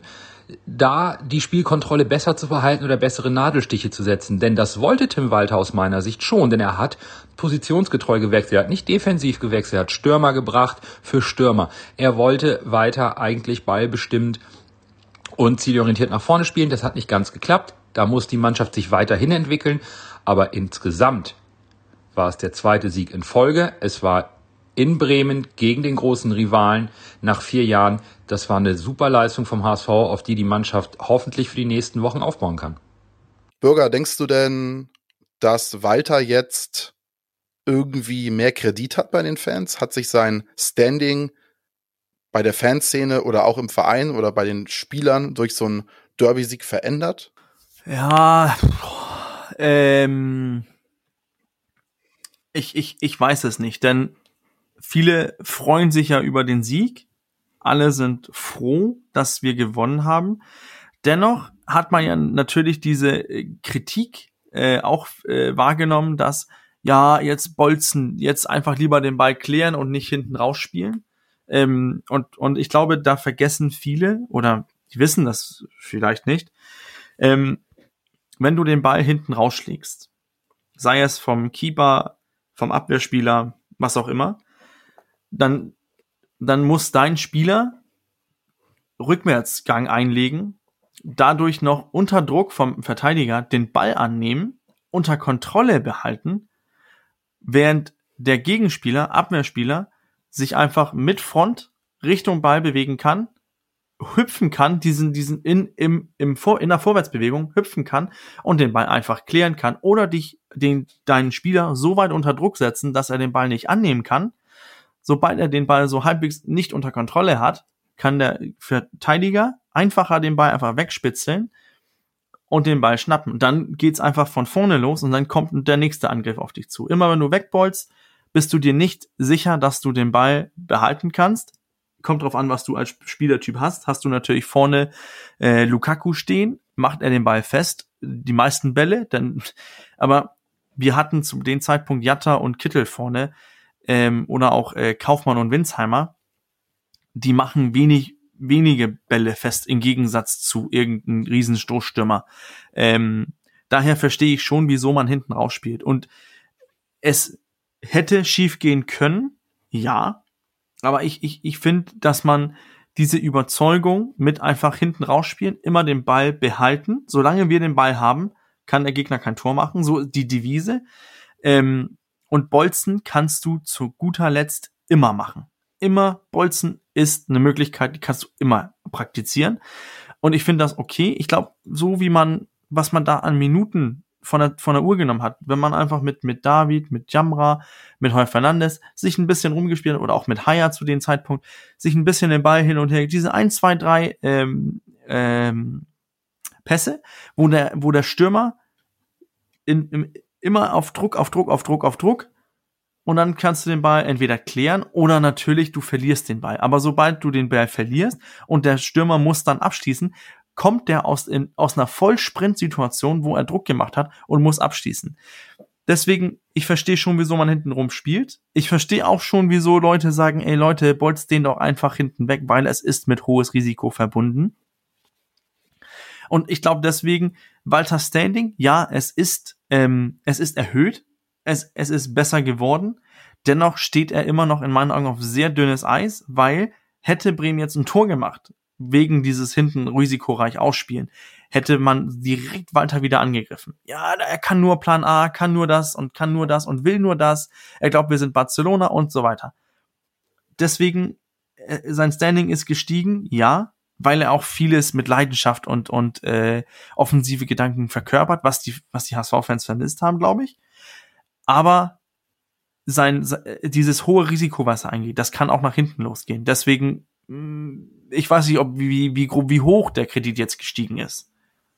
da die Spielkontrolle besser zu behalten oder bessere Nadelstiche zu setzen. Denn das wollte Tim Walter aus meiner Sicht schon, denn er hat positionsgetreu gewechselt, er hat nicht defensiv gewechselt, er hat Stürmer gebracht für Stürmer. Er wollte weiter eigentlich ballbestimmt und zielorientiert nach vorne spielen. Das hat nicht ganz geklappt. Da muss die Mannschaft sich weiterhin entwickeln. Aber insgesamt war es der zweite Sieg in Folge. Es war in Bremen gegen den großen Rivalen nach 4 Jahren. Das war eine super Leistung vom HSV, auf die Mannschaft hoffentlich für die nächsten Wochen aufbauen kann. Bürger, denkst du denn, dass Walter jetzt irgendwie mehr Kredit hat bei den Fans? Hat sich sein Standing bei der Fanszene oder auch im Verein oder bei den Spielern durch so einen Derby-Sieg verändert? Ja, ich weiß es nicht, denn viele freuen sich ja über den Sieg. Alle sind froh, dass wir gewonnen haben. Dennoch hat man ja natürlich diese Kritik auch wahrgenommen, dass ja jetzt Bolzen jetzt einfach lieber den Ball klären und nicht hinten rausspielen. Und ich glaube, da vergessen viele oder die wissen das vielleicht nicht. Wenn du den Ball hinten rausschlägst, sei es vom Keeper, vom Abwehrspieler, was auch immer, dann muss dein Spieler Rückwärtsgang einlegen, dadurch noch unter Druck vom Verteidiger den Ball annehmen, unter Kontrolle behalten, während der Gegenspieler, Abwehrspieler, sich einfach mit Front Richtung Ball bewegen kann, hüpfen kann, in der Vorwärtsbewegung hüpfen kann und den Ball einfach klären kann oder deinen Spieler so weit unter Druck setzen, dass er den Ball nicht annehmen kann. Sobald er den Ball so halbwegs nicht unter Kontrolle hat, kann der Verteidiger einfacher den Ball einfach wegspitzeln und den Ball schnappen. Und dann geht's einfach von vorne los und dann kommt der nächste Angriff auf dich zu. Immer wenn du wegballst, bist du dir nicht sicher, dass du den Ball behalten kannst. Kommt drauf an, was du als Spielertyp hast. Hast du natürlich vorne Lukaku stehen, macht er den Ball fest, die meisten Bälle, aber wir hatten zu dem Zeitpunkt Jatta und Kittel vorne, oder auch Kaufmann und Winsheimer, die machen wenige Bälle fest im Gegensatz zu irgendeinem riesen Stoßstürmer. Daher verstehe ich schon, wieso man hinten rausspielt. Und es hätte schief gehen können, ja, aber ich finde, dass man diese Überzeugung mit einfach hinten rausspielen, immer den Ball behalten, solange wir den Ball haben, kann der Gegner kein Tor machen, so die Devise. Und Bolzen kannst du zu guter Letzt immer machen. Immer, Bolzen ist eine Möglichkeit, die kannst du immer praktizieren. Und ich finde das okay. Ich glaube, so wie was man da an Minuten von der Uhr genommen hat, wenn man einfach mit David, mit Jamra, mit Heuer Fernandes sich ein bisschen rumgespielt hat oder auch mit Haya zu dem Zeitpunkt, sich ein bisschen den Ball hin und her, diese 1, 2, 3 Pässe, wo der Stürmer immer auf Druck und dann kannst du den Ball entweder klären oder natürlich du verlierst den Ball. Aber sobald du den Ball verlierst und der Stürmer muss dann abschließen, kommt der aus einer Vollsprint-Situation, wo er Druck gemacht hat und muss abschließen. Deswegen, ich verstehe schon, wieso man hinten rum spielt. Ich verstehe auch schon, wieso Leute sagen, ey Leute, bolzt den doch einfach hinten weg, weil es ist mit hohes Risiko verbunden. Und ich glaube deswegen, Walter Standing, ja, es ist erhöht, es ist besser geworden. Dennoch steht er immer noch in meinen Augen auf sehr dünnes Eis, weil hätte Bremen jetzt ein Tor gemacht, wegen dieses hinten risikoreich ausspielen, hätte man direkt Walter wieder angegriffen. Ja, er kann nur Plan A, kann nur das und will nur das. Er glaubt, wir sind Barcelona und so weiter. Deswegen, sein Standing ist gestiegen, ja, weil er auch vieles mit Leidenschaft und offensive Gedanken verkörpert, was die HSV-Fans vermisst haben, glaube ich. Aber dieses hohe Risiko, was er eingeht, das kann auch nach hinten losgehen. Deswegen, ich weiß nicht, wie hoch der Kredit jetzt gestiegen ist.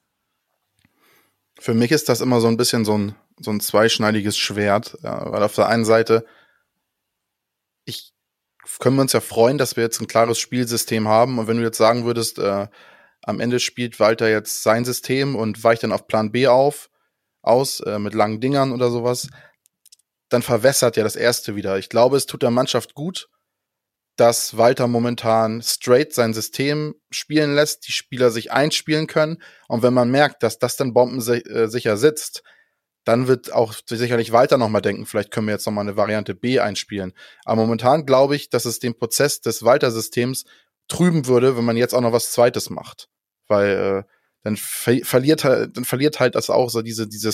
Für mich ist das immer so ein bisschen so ein zweischneidiges Schwert, ja, weil auf der einen Seite können wir uns ja freuen, dass wir jetzt ein klares Spielsystem haben, und wenn du jetzt sagen würdest, am Ende spielt Walter jetzt sein System und weicht dann auf Plan B aus, mit langen Dingern oder sowas, dann verwässert ja das erste wieder. Ich glaube, es tut der Mannschaft gut, dass Walter momentan straight sein System spielen lässt, die Spieler sich einspielen können. Und wenn man merkt, dass das dann bombensicher sitzt, dann wird auch sicherlich Walter nochmal denken, vielleicht können wir jetzt nochmal eine Variante B einspielen. Aber momentan glaube ich, dass es den Prozess des Walter-Systems trüben würde, wenn man jetzt auch noch was Zweites macht. Weil dann verliert halt das auch so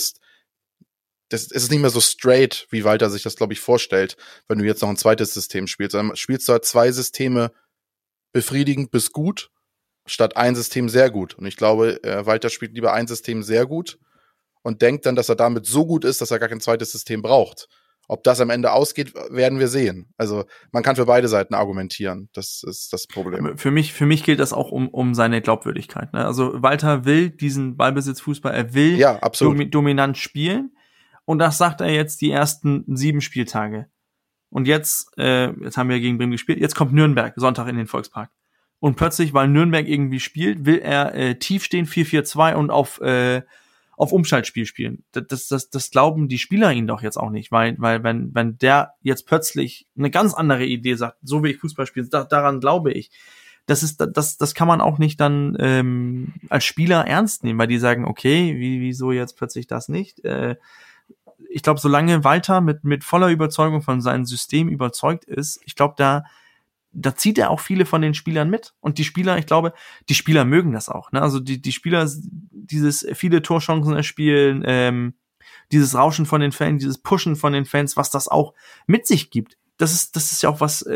es ist nicht mehr so straight, wie Walter sich das, glaube ich, vorstellt, wenn du jetzt noch ein zweites System spielst. Dann spielst du halt 2 Systeme befriedigend bis gut, statt ein System sehr gut. Und ich glaube, Walter spielt lieber ein System sehr gut und denkt dann, dass er damit so gut ist, dass er gar kein zweites System braucht. Ob das am Ende ausgeht, werden wir sehen. Also man kann für beide Seiten argumentieren. Das ist das Problem. Für mich gilt das auch um seine Glaubwürdigkeit. Ne? Also Walter will diesen Ballbesitzfußball, er will dominant spielen. Und das sagt er jetzt die ersten 7 Spieltage. Und jetzt haben wir gegen Bremen gespielt, jetzt kommt Nürnberg, Sonntag in den Volkspark. Und plötzlich, weil Nürnberg irgendwie spielt, will er tief stehen, 4-4-2 und auf Umschaltspiel spielen. Das glauben die Spieler ihn doch jetzt auch nicht, weil wenn der jetzt plötzlich eine ganz andere Idee sagt, so will ich Fußball spielen, daran glaube ich. Das kann man auch nicht dann als Spieler ernst nehmen, weil die sagen, okay, wieso jetzt plötzlich das nicht? Ich glaube, solange Walter mit voller Überzeugung von seinem System überzeugt ist, ich glaube, da zieht er auch viele von den Spielern mit. Und die Spieler, ich glaube, die Spieler mögen das auch. Ne? Also die Spieler, dieses viele Torchancen erspielen, dieses Rauschen von den Fans, dieses Pushen von den Fans, was das auch mit sich gibt. Das ist ja auch was,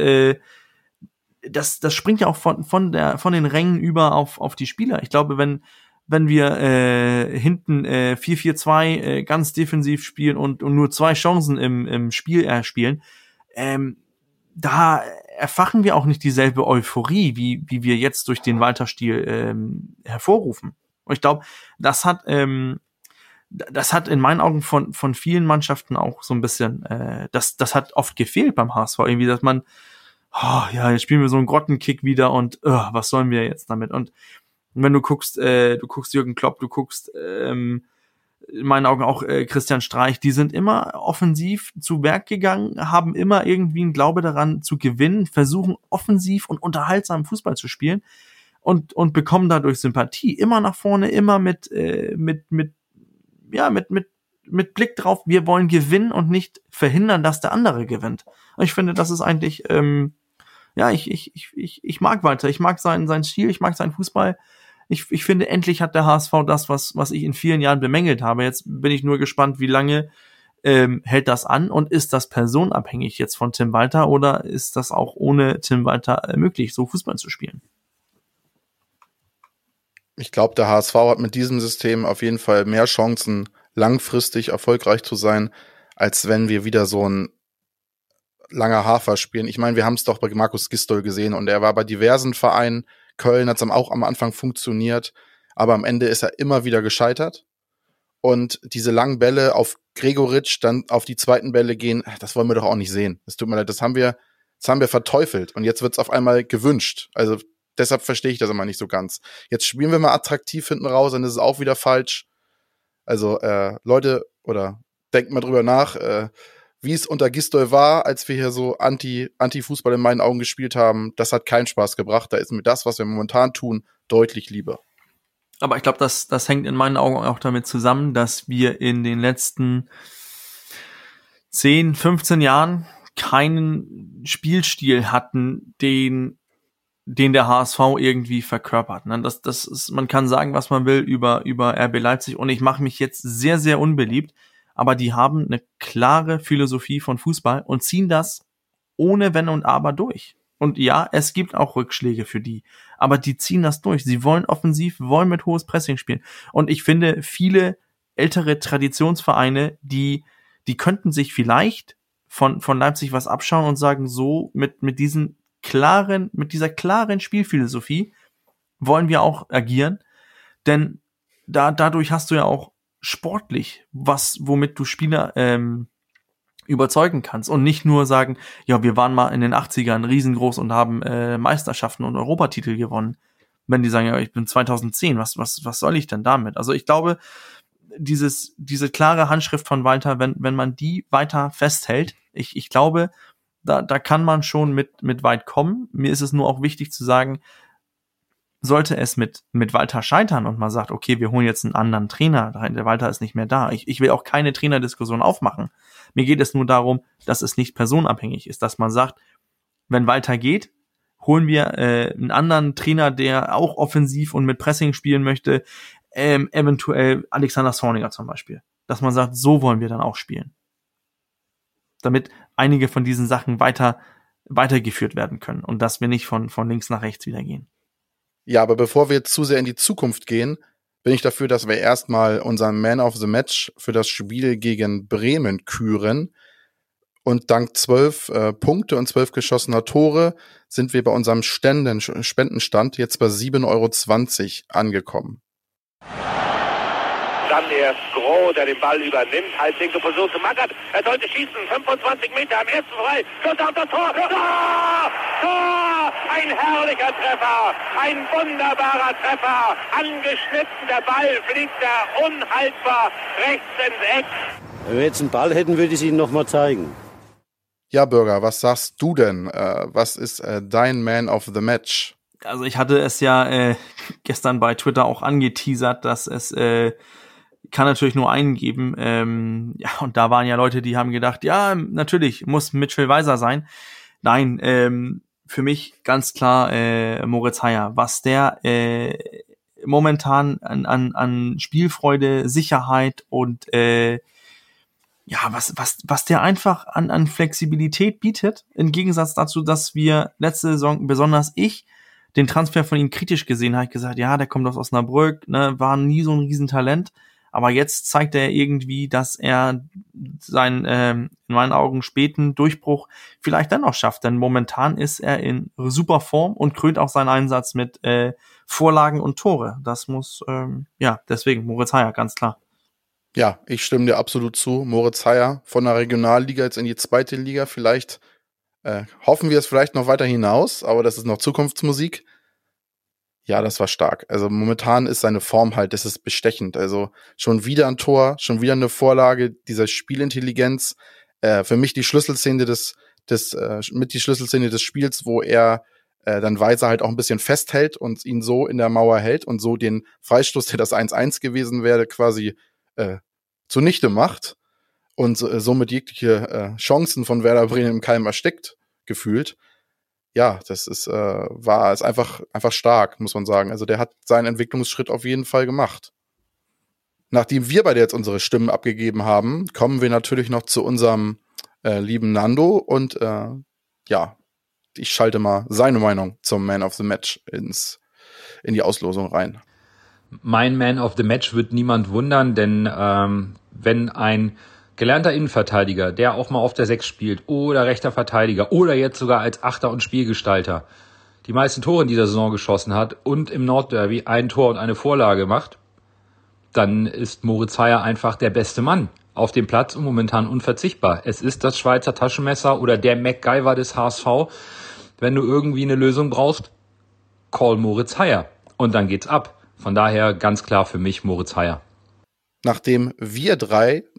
das springt ja auch von den Rängen über auf die Spieler. Ich glaube, wenn wir hinten 4-4-2 ganz defensiv spielen und nur 2 Chancen im Spiel erspielen, da erfachen wir auch nicht dieselbe Euphorie, wie wir jetzt durch den Walter-Stil hervorrufen. Und ich glaube, das hat in meinen Augen von vielen Mannschaften auch so ein bisschen, das hat oft gefehlt beim HSV, irgendwie, dass man, jetzt spielen wir so einen Grottenkick wieder und was sollen wir jetzt damit? Und wenn du guckst Jürgen Klopp, du guckst in meinen Augen auch Christian Streich, die sind immer offensiv zu Werk gegangen, haben immer irgendwie einen Glaube daran zu gewinnen, versuchen offensiv und unterhaltsam Fußball zu spielen und bekommen dadurch Sympathie, immer nach vorne, immer mit Blick drauf, wir wollen gewinnen und nicht verhindern, dass der andere gewinnt. Und ich finde, das ist eigentlich ich mag Walter, ich mag seinen Stil, ich mag seinen Fußball. Ich finde, endlich hat der HSV das, was ich in vielen Jahren bemängelt habe. Jetzt bin ich nur gespannt, wie lange hält das an und ist das personenabhängig jetzt von Tim Walter oder ist das auch ohne Tim Walter möglich, so Fußball zu spielen? Ich glaube, der HSV hat mit diesem System auf jeden Fall mehr Chancen, langfristig erfolgreich zu sein, als wenn wir wieder so ein langer Hafer spielen. Ich meine, wir haben es doch bei Markus Gisdol gesehen und er war bei diversen Vereinen. Köln hat es auch am Anfang funktioniert, aber am Ende ist er immer wieder gescheitert. Und diese langen Bälle auf Gregoritsch, dann auf die zweiten Bälle gehen, das wollen wir doch auch nicht sehen. Es tut mir leid, das haben wir verteufelt und jetzt wird es auf einmal gewünscht. Also deshalb verstehe ich das immer nicht so ganz. Jetzt spielen wir mal attraktiv hinten raus, dann ist es auch wieder falsch. Also Leute oder denkt mal drüber nach, wie es unter Gistol war, als wir hier so Anti-Fußball in meinen Augen gespielt haben. Das hat keinen Spaß gebracht. Da ist mir das, was wir momentan tun, deutlich lieber. Aber ich glaube, das hängt in meinen Augen auch damit zusammen, dass wir in den letzten 10, 15 Jahren keinen Spielstil hatten, den der HSV irgendwie verkörpert. Das ist, man kann sagen, was man will über RB Leipzig, und ich mache mich jetzt sehr, sehr unbeliebt, aber die haben eine klare Philosophie von Fußball und ziehen das ohne Wenn und Aber durch. Und ja, es gibt auch Rückschläge für die, aber die ziehen das durch. Sie wollen offensiv, wollen mit hohes Pressing spielen. Und ich finde, viele ältere Traditionsvereine, die könnten sich vielleicht von Leipzig was abschauen und sagen, so mit dieser klaren Spielphilosophie wollen wir auch agieren, denn dadurch hast du ja auch sportlich womit du Spieler überzeugen kannst und nicht nur sagen, ja, wir waren mal in den 80ern riesengroß und haben Meisterschaften und Europatitel gewonnen. Wenn die sagen, ja, ich bin 2010, was soll ich denn damit? Also ich glaube, diese klare Handschrift von Walter, wenn man die weiter festhält, ich glaube, da kann man schon mit weit kommen. Mir ist es nur auch wichtig zu sagen, sollte es mit Walter scheitern und man sagt, okay, wir holen jetzt einen anderen Trainer, der Walter ist nicht mehr da. Ich will auch keine Trainerdiskussion aufmachen. Mir geht es nur darum, dass es nicht personenabhängig ist, dass man sagt, wenn Walter geht, holen wir einen anderen Trainer, der auch offensiv und mit Pressing spielen möchte, eventuell Alexander Zorniger zum Beispiel. Dass man sagt, so wollen wir dann auch spielen. Damit einige von diesen Sachen weitergeführt werden können und dass wir nicht von links nach rechts wieder gehen. Ja, aber bevor wir jetzt zu sehr in die Zukunft gehen, bin ich dafür, dass wir erstmal unseren Man of the Match für das Spiel gegen Bremen küren. Und dank 12 Punkte und 12 geschossener Tore sind wir bei unserem Spendenstand jetzt bei 7,20 € angekommen. Dann erst Groh, der den Ball übernimmt, halblinke Position zu Magath. Er sollte schießen, 25 Meter am ersten frei. Schuss auf das Tor. Tor! Tor! Ein herrlicher Treffer, ein wunderbarer Treffer. Angeschnitten, der Ball fliegt da unhaltbar rechts ins Eck. Wenn wir jetzt einen Ball hätten, würde ich es Ihnen nochmal zeigen. Ja, Bürger, was sagst du denn? Was ist dein Man of the Match? Also ich hatte es ja gestern bei Twitter auch angeteasert, dass es kann natürlich nur einen geben. Ja, und da waren ja Leute, die haben gedacht, ja, natürlich muss Mitchell Weiser sein. Nein, für mich ganz klar Moritz Heyer. Was der momentan an Spielfreude, Sicherheit und ja, was der einfach an Flexibilität bietet, im Gegensatz dazu, dass wir letzte Saison, besonders ich, den Transfer von ihm kritisch gesehen habe, ich gesagt, ja, der kommt aus Osnabrück, ne, war nie so ein Riesentalent, aber jetzt zeigt er irgendwie, dass er seinen, in meinen Augen, späten Durchbruch vielleicht dann noch schafft, denn momentan ist er in super Form und krönt auch seinen Einsatz mit Vorlagen und Tore. Das muss, ja, deswegen Moritz Heyer, ganz klar. Ja, ich stimme dir absolut zu. Moritz Heyer von der Regionalliga jetzt in die zweite Liga. Vielleicht hoffen wir es vielleicht noch weiter hinaus, aber das ist noch Zukunftsmusik. Ja, das war stark. Also momentan ist seine Form halt, das ist bestechend. Also schon wieder ein Tor, schon wieder eine Vorlage, dieser Spielintelligenz. Für mich die Schlüsselszene des Spiels, wo er dann Weiser halt auch ein bisschen festhält und ihn so in der Mauer hält und so den Freistoß, der das 1-1 gewesen wäre, quasi zunichte macht und somit jegliche Chancen von Werder Bremen im Keim erstickt, gefühlt. Ja, das ist war es einfach stark, muss man sagen. Also der hat seinen Entwicklungsschritt auf jeden Fall gemacht. Nachdem wir beide jetzt unsere Stimmen abgegeben haben, kommen wir natürlich noch zu unserem lieben Nando und ja, ich schalte mal seine Meinung zum Man of the Match in die Auslosung rein. Mein Man of the Match wird niemand wundern, denn wenn ein gelernter Innenverteidiger, der auch mal auf der 6 spielt, oder rechter Verteidiger, oder jetzt sogar als Achter und Spielgestalter, die meisten Tore in dieser Saison geschossen hat und im Nordderby ein Tor und eine Vorlage macht, dann ist Moritz Heyer einfach der beste Mann auf dem Platz und momentan unverzichtbar. Es ist das Schweizer Taschenmesser oder der MacGyver des HSV. Wenn du irgendwie eine Lösung brauchst, call Moritz Heyer und dann geht's ab. Von daher ganz klar für mich Moritz Heyer. Nachdem wir drei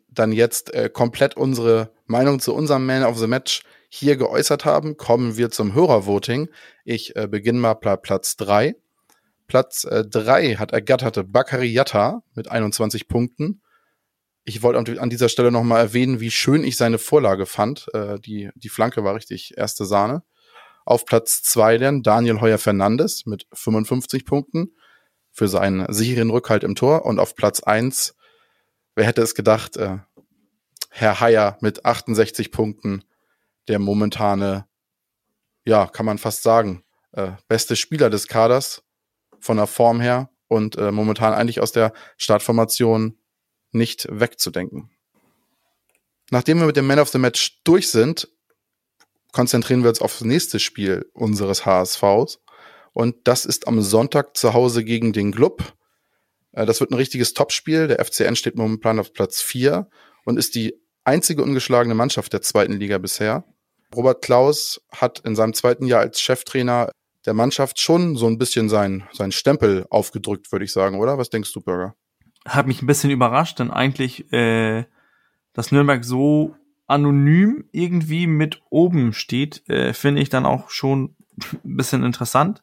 dann jetzt komplett unsere Meinung zu unserem Man of the Match hier geäußert haben, kommen wir zum Hörervoting. Ich beginne mal bei Platz 3. Platz 3 ergatterte Bakary Yatta mit 21 Punkten. Ich wollte an dieser Stelle nochmal erwähnen, wie schön ich seine Vorlage fand. Die Flanke war richtig erste Sahne. Auf Platz 2 dann Daniel Heuer-Fernandes mit 55 Punkten für seinen sicheren Rückhalt im Tor. Und auf Platz 1, wer hätte es gedacht, Herr Haier mit 68 Punkten, der momentane, ja, kann man fast sagen, beste Spieler des Kaders von der Form her und momentan eigentlich aus der Startformation nicht wegzudenken. Nachdem wir mit dem Man of the Match durch sind, konzentrieren wir uns auf das nächste Spiel unseres HSVs. Und das ist am Sonntag zu Hause gegen den Glub. Das wird ein richtiges Topspiel. Der FCN steht momentan auf Platz 4 und ist die einzige ungeschlagene Mannschaft der zweiten Liga bisher. Robert Klaus hat in seinem zweiten Jahr als Cheftrainer der Mannschaft schon so ein bisschen seinen Stempel aufgedrückt, würde ich sagen, oder? Was denkst du, Bürger? Hat mich ein bisschen überrascht, denn eigentlich, dass Nürnberg so anonym irgendwie mit oben steht, finde ich dann auch schon ein bisschen interessant.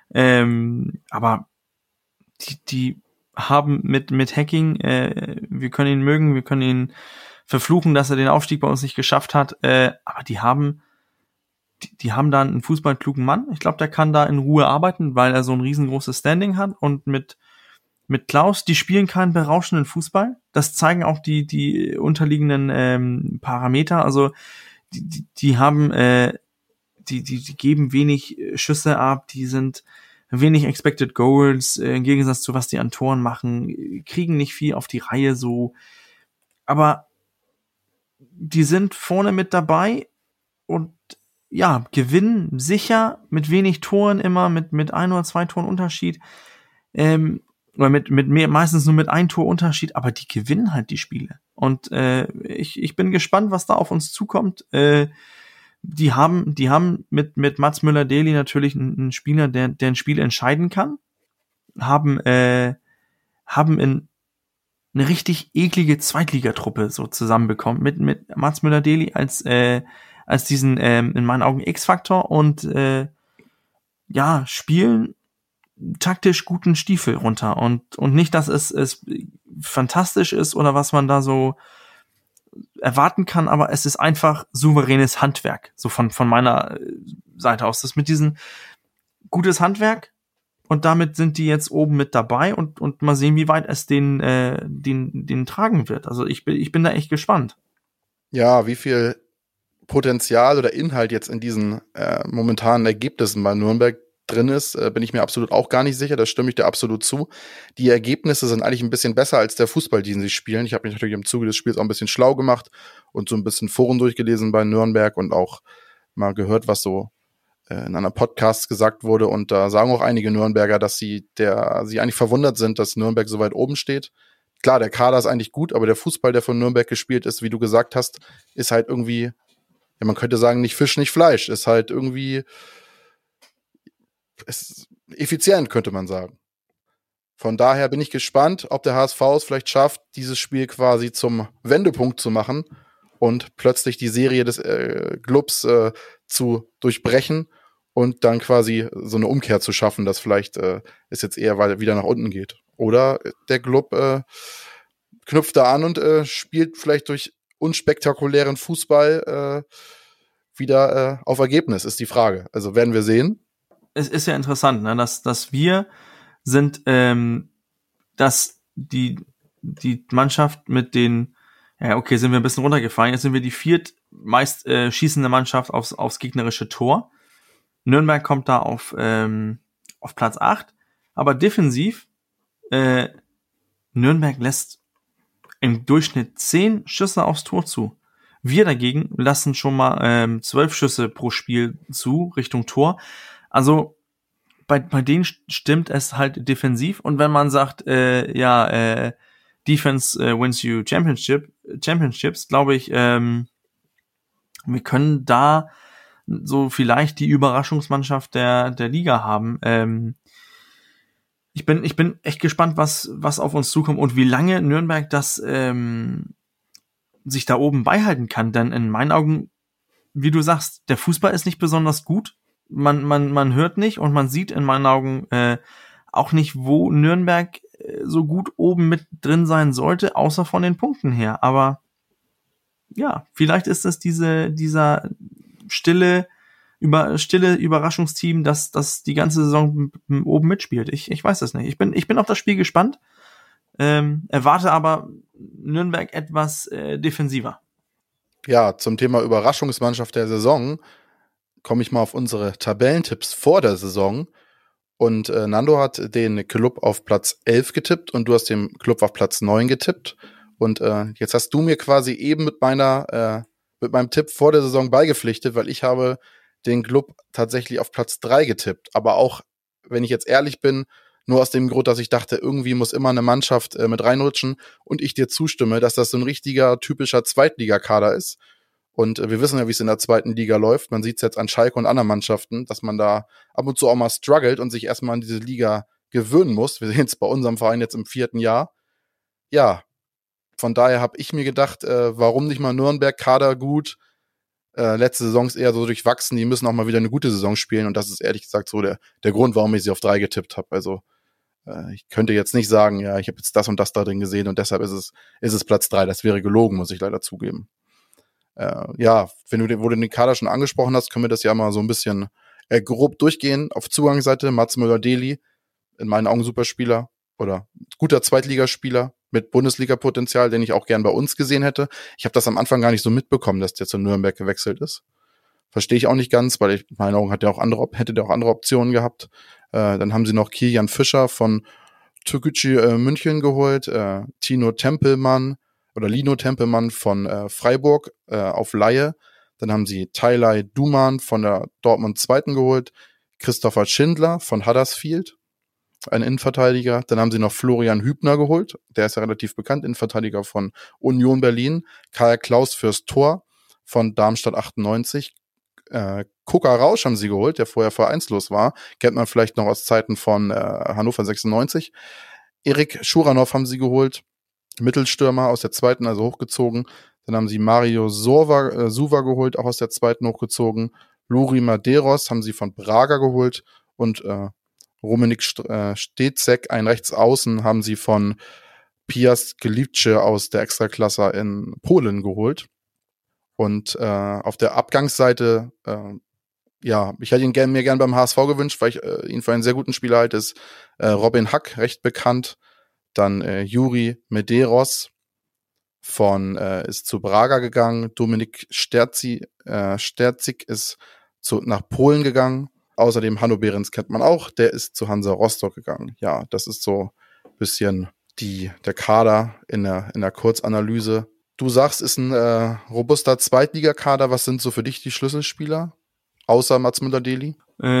Aber die haben mit Hacking, wir können ihn mögen, wir können ihn verfluchen, dass er den Aufstieg bei uns nicht geschafft hat, aber die haben da einen fußballklugen Mann. Ich glaube, der kann da in Ruhe arbeiten, weil er so ein riesengroßes Standing hat und mit Klaus, die spielen keinen berauschenden Fußball. Das zeigen auch die unterliegenden Parameter. Also die haben die geben wenig Schüsse ab, die sind wenig Expected Goals, im Gegensatz zu was die an Toren machen, kriegen nicht viel auf die Reihe so. Aber die sind vorne mit dabei und ja, gewinnen sicher mit wenig Toren immer, mit 1 oder 2 Toren Unterschied. Oder mit mehr, meistens nur mit 1 Tor Unterschied, aber die gewinnen halt die Spiele. Und ich bin gespannt, was da auf uns zukommt. Die haben mit Mats Müller-Deli natürlich einen Spieler, der ein Spiel entscheiden kann. Haben in eine richtig eklige Zweitligatruppe so zusammenbekommen. Mit Mats Müller-Deli als diesen in meinen Augen X-Faktor und spielen taktisch guten Stiefel runter und nicht, dass es fantastisch ist oder was man da so erwarten kann, aber es ist einfach souveränes Handwerk, so von meiner Seite aus. Das ist mit diesem gutes Handwerk und damit sind die jetzt oben mit dabei und mal sehen, wie weit es den tragen wird. Also ich bin da echt gespannt. Ja, wie viel Potenzial oder Inhalt jetzt in diesen momentanen Ergebnissen bei Nürnberg drin ist, bin ich mir absolut auch gar nicht sicher. Da stimme ich dir absolut zu. Die Ergebnisse sind eigentlich ein bisschen besser als der Fußball, den sie spielen. Ich habe mich natürlich im Zuge des Spiels auch ein bisschen schlau gemacht und so ein bisschen Foren durchgelesen bei Nürnberg und auch mal gehört, was so in einer Podcast gesagt wurde. Und da sagen auch einige Nürnberger, dass sie eigentlich verwundert sind, dass Nürnberg so weit oben steht. Klar, der Kader ist eigentlich gut, aber der Fußball, der von Nürnberg gespielt ist, wie du gesagt hast, ist halt irgendwie, ja, man könnte sagen, nicht Fisch, nicht Fleisch. Ist halt irgendwie ist effizient, könnte man sagen. Von daher bin ich gespannt, ob der HSV es vielleicht schafft, dieses Spiel quasi zum Wendepunkt zu machen und plötzlich die Serie des Glubs zu durchbrechen und dann quasi so eine Umkehr zu schaffen, dass vielleicht es jetzt eher wieder nach unten geht. Oder der Glub knüpft da an und spielt vielleicht durch unspektakulären Fußball wieder auf Ergebnis, ist die Frage. Also werden wir sehen. Es ist ja interessant, ne, dass wir sind, dass die Mannschaft mit den, ja okay, sind wir ein bisschen runtergefallen, jetzt sind wir die viertmeist schießende Mannschaft aufs gegnerische Tor. Nürnberg kommt da auf Platz 8, aber defensiv Nürnberg lässt im Durchschnitt 10 Schüsse aufs Tor zu. Wir dagegen lassen schon mal 12 Schüsse pro Spiel zu Richtung Tor. Also bei denen stimmt es halt defensiv. Und wenn man sagt, Defense wins you Championships, glaube ich, wir können da so vielleicht die Überraschungsmannschaft der Liga haben. Ich bin echt gespannt, was auf uns zukommt und wie lange Nürnberg das sich da oben beihalten kann. Denn in meinen Augen, wie du sagst, der Fußball ist nicht besonders gut. Man hört nicht und man sieht in meinen Augen auch nicht, wo Nürnberg so gut oben mit drin sein sollte, außer von den Punkten her. Aber ja, vielleicht ist es dieser stille Überraschungsteam, das die ganze Saison oben mitspielt. Ich weiß es nicht. Ich bin auf das Spiel gespannt, erwarte aber Nürnberg etwas defensiver. Ja, zum Thema Überraschungsmannschaft der Saison komme ich mal auf unsere Tabellentipps vor der Saison. Und Nando hat den Club auf Platz 11 getippt und du hast den Club auf Platz 9 getippt. Und jetzt hast du mir quasi eben mit meinem Tipp vor der Saison beigepflichtet, weil ich habe den Club tatsächlich auf Platz 3 getippt. Aber auch, wenn ich jetzt ehrlich bin, nur aus dem Grund, dass ich dachte, irgendwie muss immer eine Mannschaft mit reinrutschen und ich dir zustimme, dass das so ein richtiger, typischer Zweitligakader ist. Und wir wissen ja, wie es in der zweiten Liga läuft. Man sieht es jetzt an Schalke und anderen Mannschaften, dass man da ab und zu auch mal struggelt und sich erstmal an diese Liga gewöhnen muss. Wir sehen es bei unserem Verein jetzt im 4. Jahr. Ja, von daher habe ich mir gedacht, warum nicht mal Nürnberg, Kader gut. Letzte Saison ist eher so durchwachsen. Die müssen auch mal wieder eine gute Saison spielen. Und das ist ehrlich gesagt so der Grund, warum ich sie auf 3 getippt habe. Also ich könnte jetzt nicht sagen, ja, ich habe jetzt das und das da drin gesehen und deshalb ist es Platz 3. Das wäre gelogen, muss ich leider zugeben. Ja, wo du den Kader schon angesprochen hast, können wir das ja mal so ein bisschen grob durchgehen. Auf Zugangsseite Mats Müller-Deli, in meinen Augen Superspieler oder guter Zweitligaspieler mit Bundesliga-Potenzial, den ich auch gern bei uns gesehen hätte. Ich habe das am Anfang gar nicht so mitbekommen, dass der zu Nürnberg gewechselt ist. Verstehe ich auch nicht ganz, weil in meinen Augen hätte der auch andere Optionen gehabt. Dann haben sie noch Kilian Fischer von Türkgücü München geholt, Lino Tempelmann von Freiburg auf Leihe. Dann haben sie Taylai Duman von der Dortmund 2. geholt, Christopher Schindler von Huddersfield, ein Innenverteidiger. Dann haben sie noch Florian Hübner geholt, der ist ja relativ bekannt, Innenverteidiger von Union Berlin, Karl Klaus fürs Tor von Darmstadt 98, Kuka Rausch haben sie geholt, der vorher vereinslos war, kennt man vielleicht noch aus Zeiten von Hannover 96. Erik Schuranov haben sie geholt, Mittelstürmer aus der 2., also hochgezogen. Dann haben sie Mario Suva geholt, auch aus der 2. hochgezogen. Luri Maderos haben sie von Braga geholt und Romanik Stecek, ein Rechtsaußen, haben sie von Piast Gliwice aus der Extraklasse in Polen geholt. Und auf der Abgangsseite, ich hätte ihn mir gern beim HSV gewünscht, weil ich ihn für einen sehr guten Spieler halte, ist Robin Hack, recht bekannt. Dann Juri Medeiros ist zu Braga gegangen. Dominik Sterzik ist nach Polen gegangen. Außerdem Hanno Behrens kennt man auch, der ist zu Hansa Rostock gegangen. Ja, das ist so ein bisschen der Kader in der Kurzanalyse. Du sagst, ist ein robuster Zweitligakader. Was sind so für dich die Schlüsselspieler? Außer Mats Müller-Deli?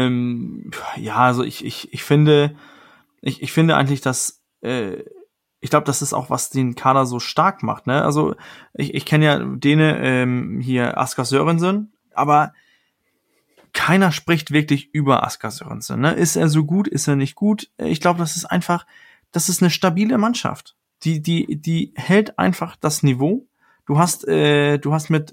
Also ich finde eigentlich, dass ich glaube, das ist auch, was den Kader so stark macht. Ne? Also ich kenne ja hier Asker Sørensen, aber keiner spricht wirklich über Asker Sørensen. Ne? Ist er so gut? Ist er nicht gut? Ich glaube, das ist eine stabile Mannschaft. Die hält einfach das Niveau. Du hast mit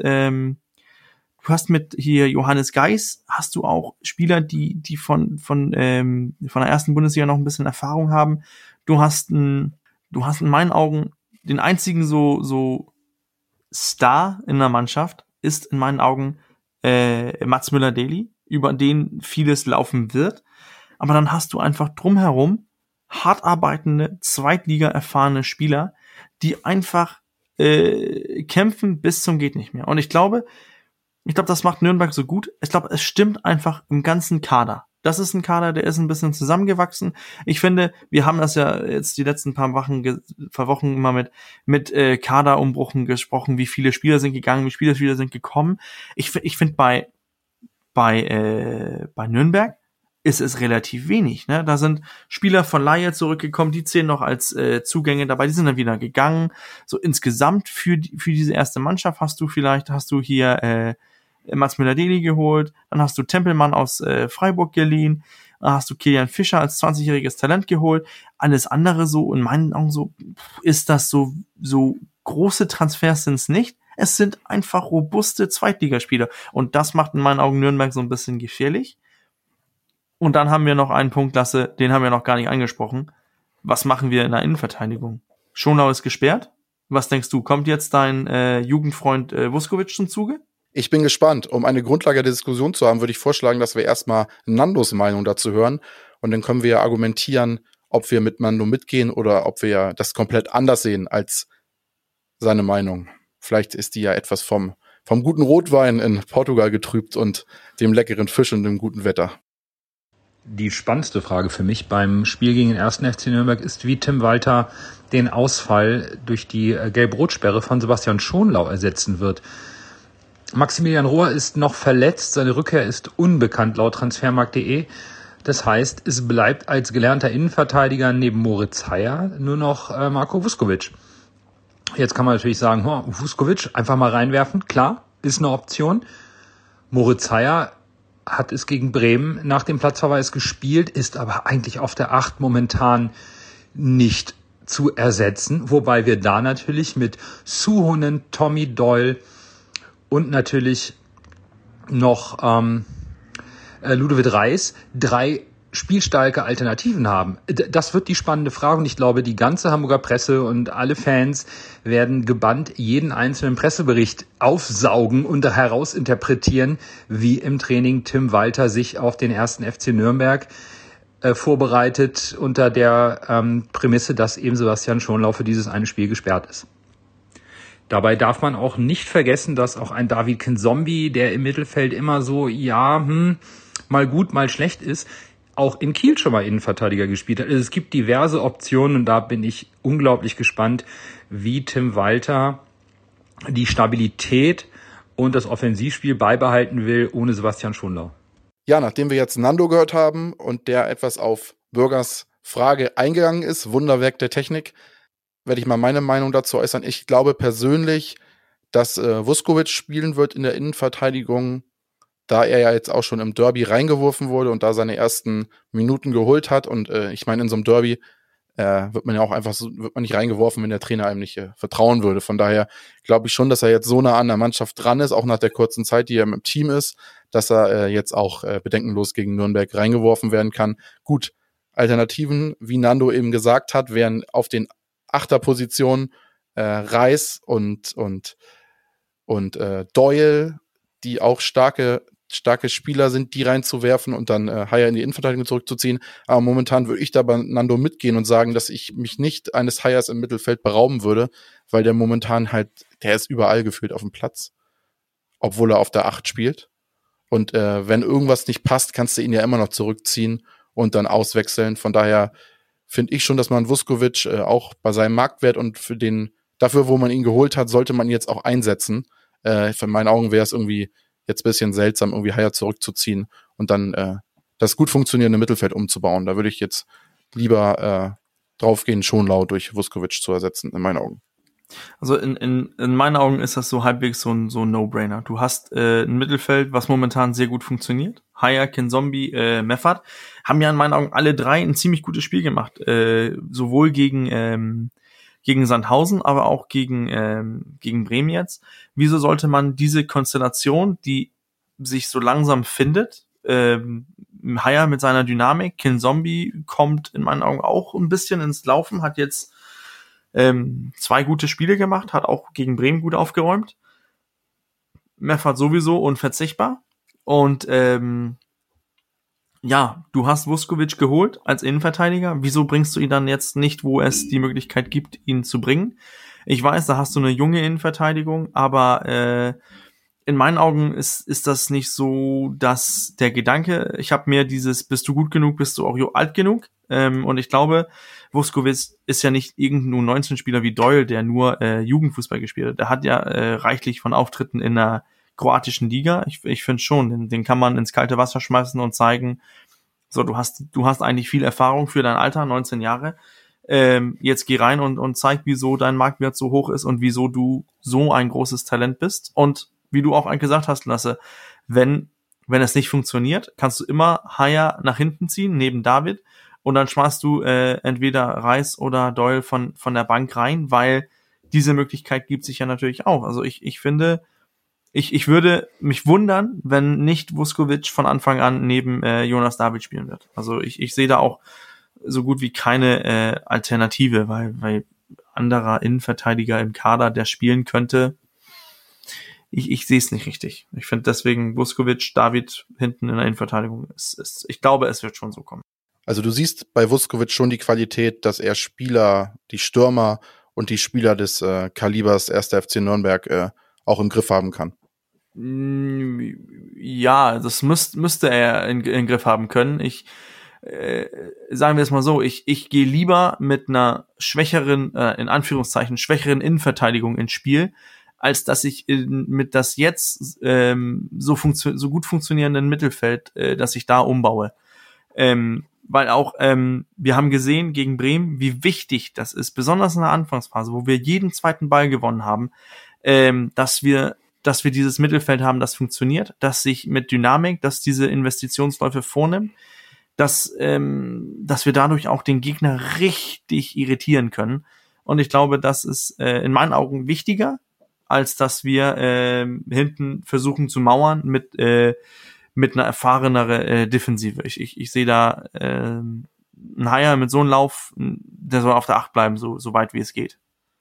hier Johannes Geis, hast du auch Spieler, die von der ersten Bundesliga noch ein bisschen Erfahrung haben. Du hast in meinen Augen den einzigen so Star in der Mannschaft ist in meinen Augen Mats Müller-Deli, über den vieles laufen wird. Aber dann hast du einfach drumherum hart arbeitende, Zweitliga-erfahrene Spieler, die einfach kämpfen bis zum geht nicht mehr. Und ich glaube, das macht Nürnberg so gut. Ich glaube, es stimmt einfach im ganzen Kader. Das ist ein Kader, der ist ein bisschen zusammengewachsen. Ich finde, wir haben das ja jetzt die letzten paar Wochen immer mit Kaderumbruchen gesprochen, wie viele Spieler sind gegangen, wie viele Spieler sind gekommen. Ich finde, bei Nürnberg ist es relativ wenig. Ne? Da sind Spieler von Leihe zurückgekommen, die zählen noch als Zugänge dabei, die sind dann wieder gegangen. So insgesamt für diese erste Mannschaft hast du hier Mats Müller-Deli geholt, dann hast du Tempelmann aus Freiburg geliehen, dann hast du Kilian Fischer als 20-jähriges Talent geholt. Alles andere so, in meinen Augen so, ist das so große Transfers sind's nicht. Es sind einfach robuste Zweitligaspieler. Und das macht in meinen Augen Nürnberg so ein bisschen gefährlich. Und dann haben wir noch einen Punkt, Lasse, den haben wir noch gar nicht angesprochen. Was machen wir in der Innenverteidigung? Schonlau ist gesperrt. Was denkst du, kommt jetzt dein Jugendfreund Vuskovic zum Zuge? Ich bin gespannt. Um eine Grundlage der Diskussion zu haben, würde ich vorschlagen, dass wir erstmal Nandos Meinung dazu hören. Und dann können wir argumentieren, ob wir mit Nando mitgehen oder ob wir das komplett anders sehen als seine Meinung. Vielleicht ist die ja etwas vom guten Rotwein in Portugal getrübt und dem leckeren Fisch und dem guten Wetter. Die spannendste Frage für mich beim Spiel gegen den 1. FC Nürnberg ist, wie Tim Walter den Ausfall durch die Gelb-Rot-Sperre von Sebastian Schonlau ersetzen wird. Maximilian Rohr ist noch verletzt, seine Rückkehr ist unbekannt laut Transfermarkt.de. Das heißt, es bleibt als gelernter Innenverteidiger neben Moritz Heyer nur noch Marko Vuskovic. Jetzt kann man natürlich sagen, Vuskovic einfach mal reinwerfen, klar, ist eine Option. Moritz Heyer hat es gegen Bremen nach dem Platzverweis gespielt, ist aber eigentlich auf der 8 momentan nicht zu ersetzen, wobei wir da natürlich mit Suhonen, Tommy Doyle und natürlich noch Ludovic Reis 3 spielstarke Alternativen haben. Das wird die spannende Frage und ich glaube, die ganze Hamburger Presse und alle Fans werden gebannt jeden einzelnen Pressebericht aufsaugen und herausinterpretieren, wie im Training Tim Walter sich auf den 1. FC Nürnberg vorbereitet unter der Prämisse, dass eben Sebastian Schonlau für dieses eine Spiel gesperrt ist. Dabei darf man auch nicht vergessen, dass auch ein David Kinzombie, der im Mittelfeld immer so, mal gut, mal schlecht ist, auch in Kiel schon mal Innenverteidiger gespielt hat. Also es gibt diverse Optionen und da bin ich unglaublich gespannt, wie Tim Walter die Stabilität und das Offensivspiel beibehalten will ohne Sebastian Schonlau. Ja, nachdem wir jetzt Nando gehört haben und der etwas auf Bürgers Frage eingegangen ist, Wunderwerk der Technik, werde ich mal meine Meinung dazu äußern. Ich glaube persönlich, dass Vuskovic spielen wird in der Innenverteidigung, da er ja jetzt auch schon im Derby reingeworfen wurde und da seine ersten Minuten geholt hat. Und ich meine, in so einem Derby wird man ja auch einfach wird man nicht reingeworfen, wenn der Trainer einem nicht vertrauen würde. Von daher glaube ich schon, dass er jetzt so nah an der Mannschaft dran ist, auch nach der kurzen Zeit, die er im Team ist, dass er jetzt auch bedenkenlos gegen Nürnberg reingeworfen werden kann. Gut, Alternativen, wie Nando eben gesagt hat, wären auf den Achterpositionen Reis und Doyle, die auch starke Spieler sind, die reinzuwerfen und dann Heyer in die Innenverteidigung zurückzuziehen. Aber momentan würde ich da bei Nando mitgehen und sagen, dass ich mich nicht eines Heyers im Mittelfeld berauben würde, weil der momentan halt, der ist überall gefühlt auf dem Platz, obwohl er auf der 8 spielt. Und wenn irgendwas nicht passt, kannst du ihn ja immer noch zurückziehen und dann auswechseln. Von daher finde ich schon, dass man Vuskovic auch bei seinem Marktwert und dafür, wo man ihn geholt hat, sollte man ihn jetzt auch einsetzen. Von meinen Augen wäre es irgendwie jetzt ein bisschen seltsam, irgendwie Heyer zurückzuziehen und dann das gut funktionierende Mittelfeld umzubauen. Da würde ich jetzt lieber draufgehen, Schonlau durch Vuskovic zu ersetzen, in meinen Augen. Also in meinen Augen ist das so halbwegs so ein No-Brainer. Du hast ein Mittelfeld, was momentan sehr gut funktioniert. Heyer, Kinzombie, Meffert haben ja in meinen Augen alle 3 ein ziemlich gutes Spiel gemacht. Sowohl gegen Sandhausen, aber auch gegen Bremen jetzt. Wieso sollte man diese Konstellation, die sich so langsam findet, Heyer mit seiner Dynamik, Kinzombie kommt in meinen Augen auch ein bisschen ins Laufen, hat jetzt 2 gute Spiele gemacht, hat auch gegen Bremen gut aufgeräumt. Meffert sowieso unverzichtbar. Und du hast Vuskovic geholt als Innenverteidiger. Wieso bringst du ihn dann jetzt nicht, wo es die Möglichkeit gibt, ihn zu bringen? Ich weiß, da hast du eine junge Innenverteidigung, aber in meinen Augen ist das nicht so, dass der Gedanke, ich habe mir dieses, bist du gut genug, bist du auch alt genug? Und ich glaube, Vuskovic ist ja nicht irgendein 19-Spieler wie Doyle, der nur Jugendfußball gespielt hat. Der hat ja reichlich von Auftritten in der kroatischen Liga. Ich finde schon, den kann man ins kalte Wasser schmeißen und zeigen, so, du hast eigentlich viel Erfahrung für dein Alter, 19 Jahre. Jetzt geh rein und zeig, wieso dein Marktwert so hoch ist und wieso du so ein großes Talent bist. Und wie du auch gesagt hast, Lasse, wenn es nicht funktioniert, kannst du immer Heyer nach hinten ziehen, neben David, und dann schmeißt du entweder Reis oder Doyle von der Bank rein, weil diese Möglichkeit gibt sich ja natürlich auch. Also ich finde, ich würde mich wundern, wenn nicht Vuskovic von Anfang an neben Jonas David spielen wird. Also ich sehe da auch so gut wie keine Alternative, weil anderer Innenverteidiger im Kader, der spielen könnte, ich sehe es nicht richtig. Ich finde deswegen Vuskovic, David hinten in der Innenverteidigung, ich glaube, es wird schon so kommen. Also du siehst bei Vuskovic schon die Qualität, dass er Spieler, die Stürmer und die Spieler des Kalibers 1. FC Nürnberg auch im Griff haben kann. Ja, das müsste er in Griff haben können. Sagen wir es mal so, ich gehe lieber mit einer schwächeren, in Anführungszeichen, schwächeren Innenverteidigung ins Spiel, als dass ich mit das jetzt so gut funktionierenden Mittelfeld, dass ich da umbaue. Weil auch, wir haben gesehen gegen Bremen, wie wichtig das ist, besonders in der Anfangsphase, wo wir jeden zweiten Ball gewonnen haben, dass wir dieses Mittelfeld haben, das funktioniert, dass sich mit Dynamik, dass diese Investitionsläufe vornimmt, dass wir dadurch auch den Gegner richtig irritieren können. Und ich glaube, das ist in meinen Augen wichtiger, als dass wir hinten versuchen zu mauern mit einer erfahreneren Defensive. Ich sehe da ein Haier mit so einem Lauf, der soll auf der 8 bleiben, so weit wie es geht.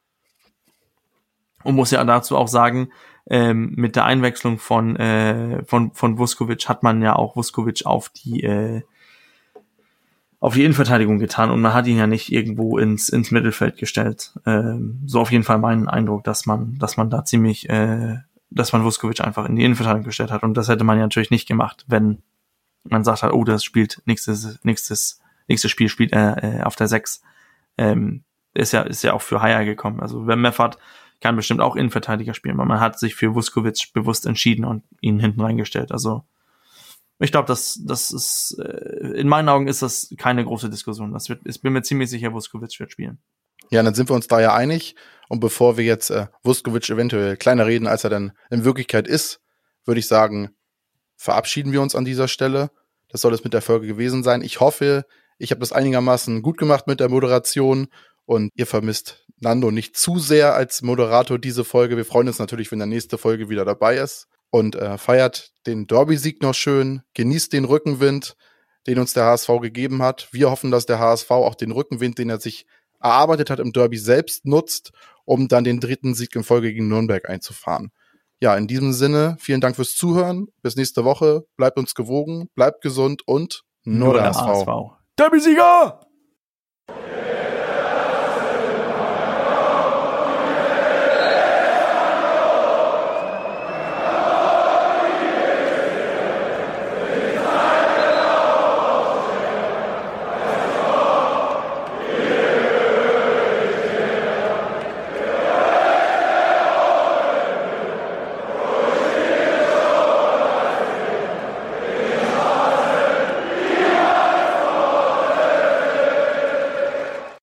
Und muss ja dazu auch sagen, mit der Einwechslung von Vuskovic hat man ja auch Vuskovic auf die Innenverteidigung getan und man hat ihn ja nicht irgendwo ins Mittelfeld gestellt. So auf jeden Fall mein Eindruck, dass man da ziemlich, dass man Vuskovic einfach in die Innenverteidigung gestellt hat und das hätte man ja natürlich nicht gemacht, wenn man sagt hat, oh, das spielt nächstes Spiel spielt er auf der 6. Ist ja auch für Haier gekommen. Also wenn Meffert kann bestimmt auch Innenverteidiger spielen, weil man hat sich für Vuskovic bewusst entschieden und ihn hinten reingestellt. Also ich glaube, das ist in meinen Augen ist das keine große Diskussion. Ich bin mir ziemlich sicher, Vuskovic wird spielen. Ja, dann sind wir uns da ja einig. Und bevor wir jetzt Vuskovic eventuell kleiner reden, als er dann in Wirklichkeit ist, würde ich sagen, verabschieden wir uns an dieser Stelle. Das soll es mit der Folge gewesen sein. Ich hoffe, ich habe das einigermaßen gut gemacht mit der Moderation und ihr vermisst Nando nicht zu sehr als Moderator diese Folge. Wir freuen uns natürlich, wenn der nächste Folge wieder dabei ist. Und feiert den Derby-Sieg noch schön, genießt den Rückenwind, den uns der HSV gegeben hat. Wir hoffen, dass der HSV auch den Rückenwind, den er sich erarbeitet hat im Derby, selbst nutzt, um dann den 3. Sieg in Folge gegen Nürnberg einzufahren. Ja, in diesem Sinne, vielen Dank fürs Zuhören. Bis nächste Woche. Bleibt uns gewogen, bleibt gesund und nur der HSV. Derby-Sieger!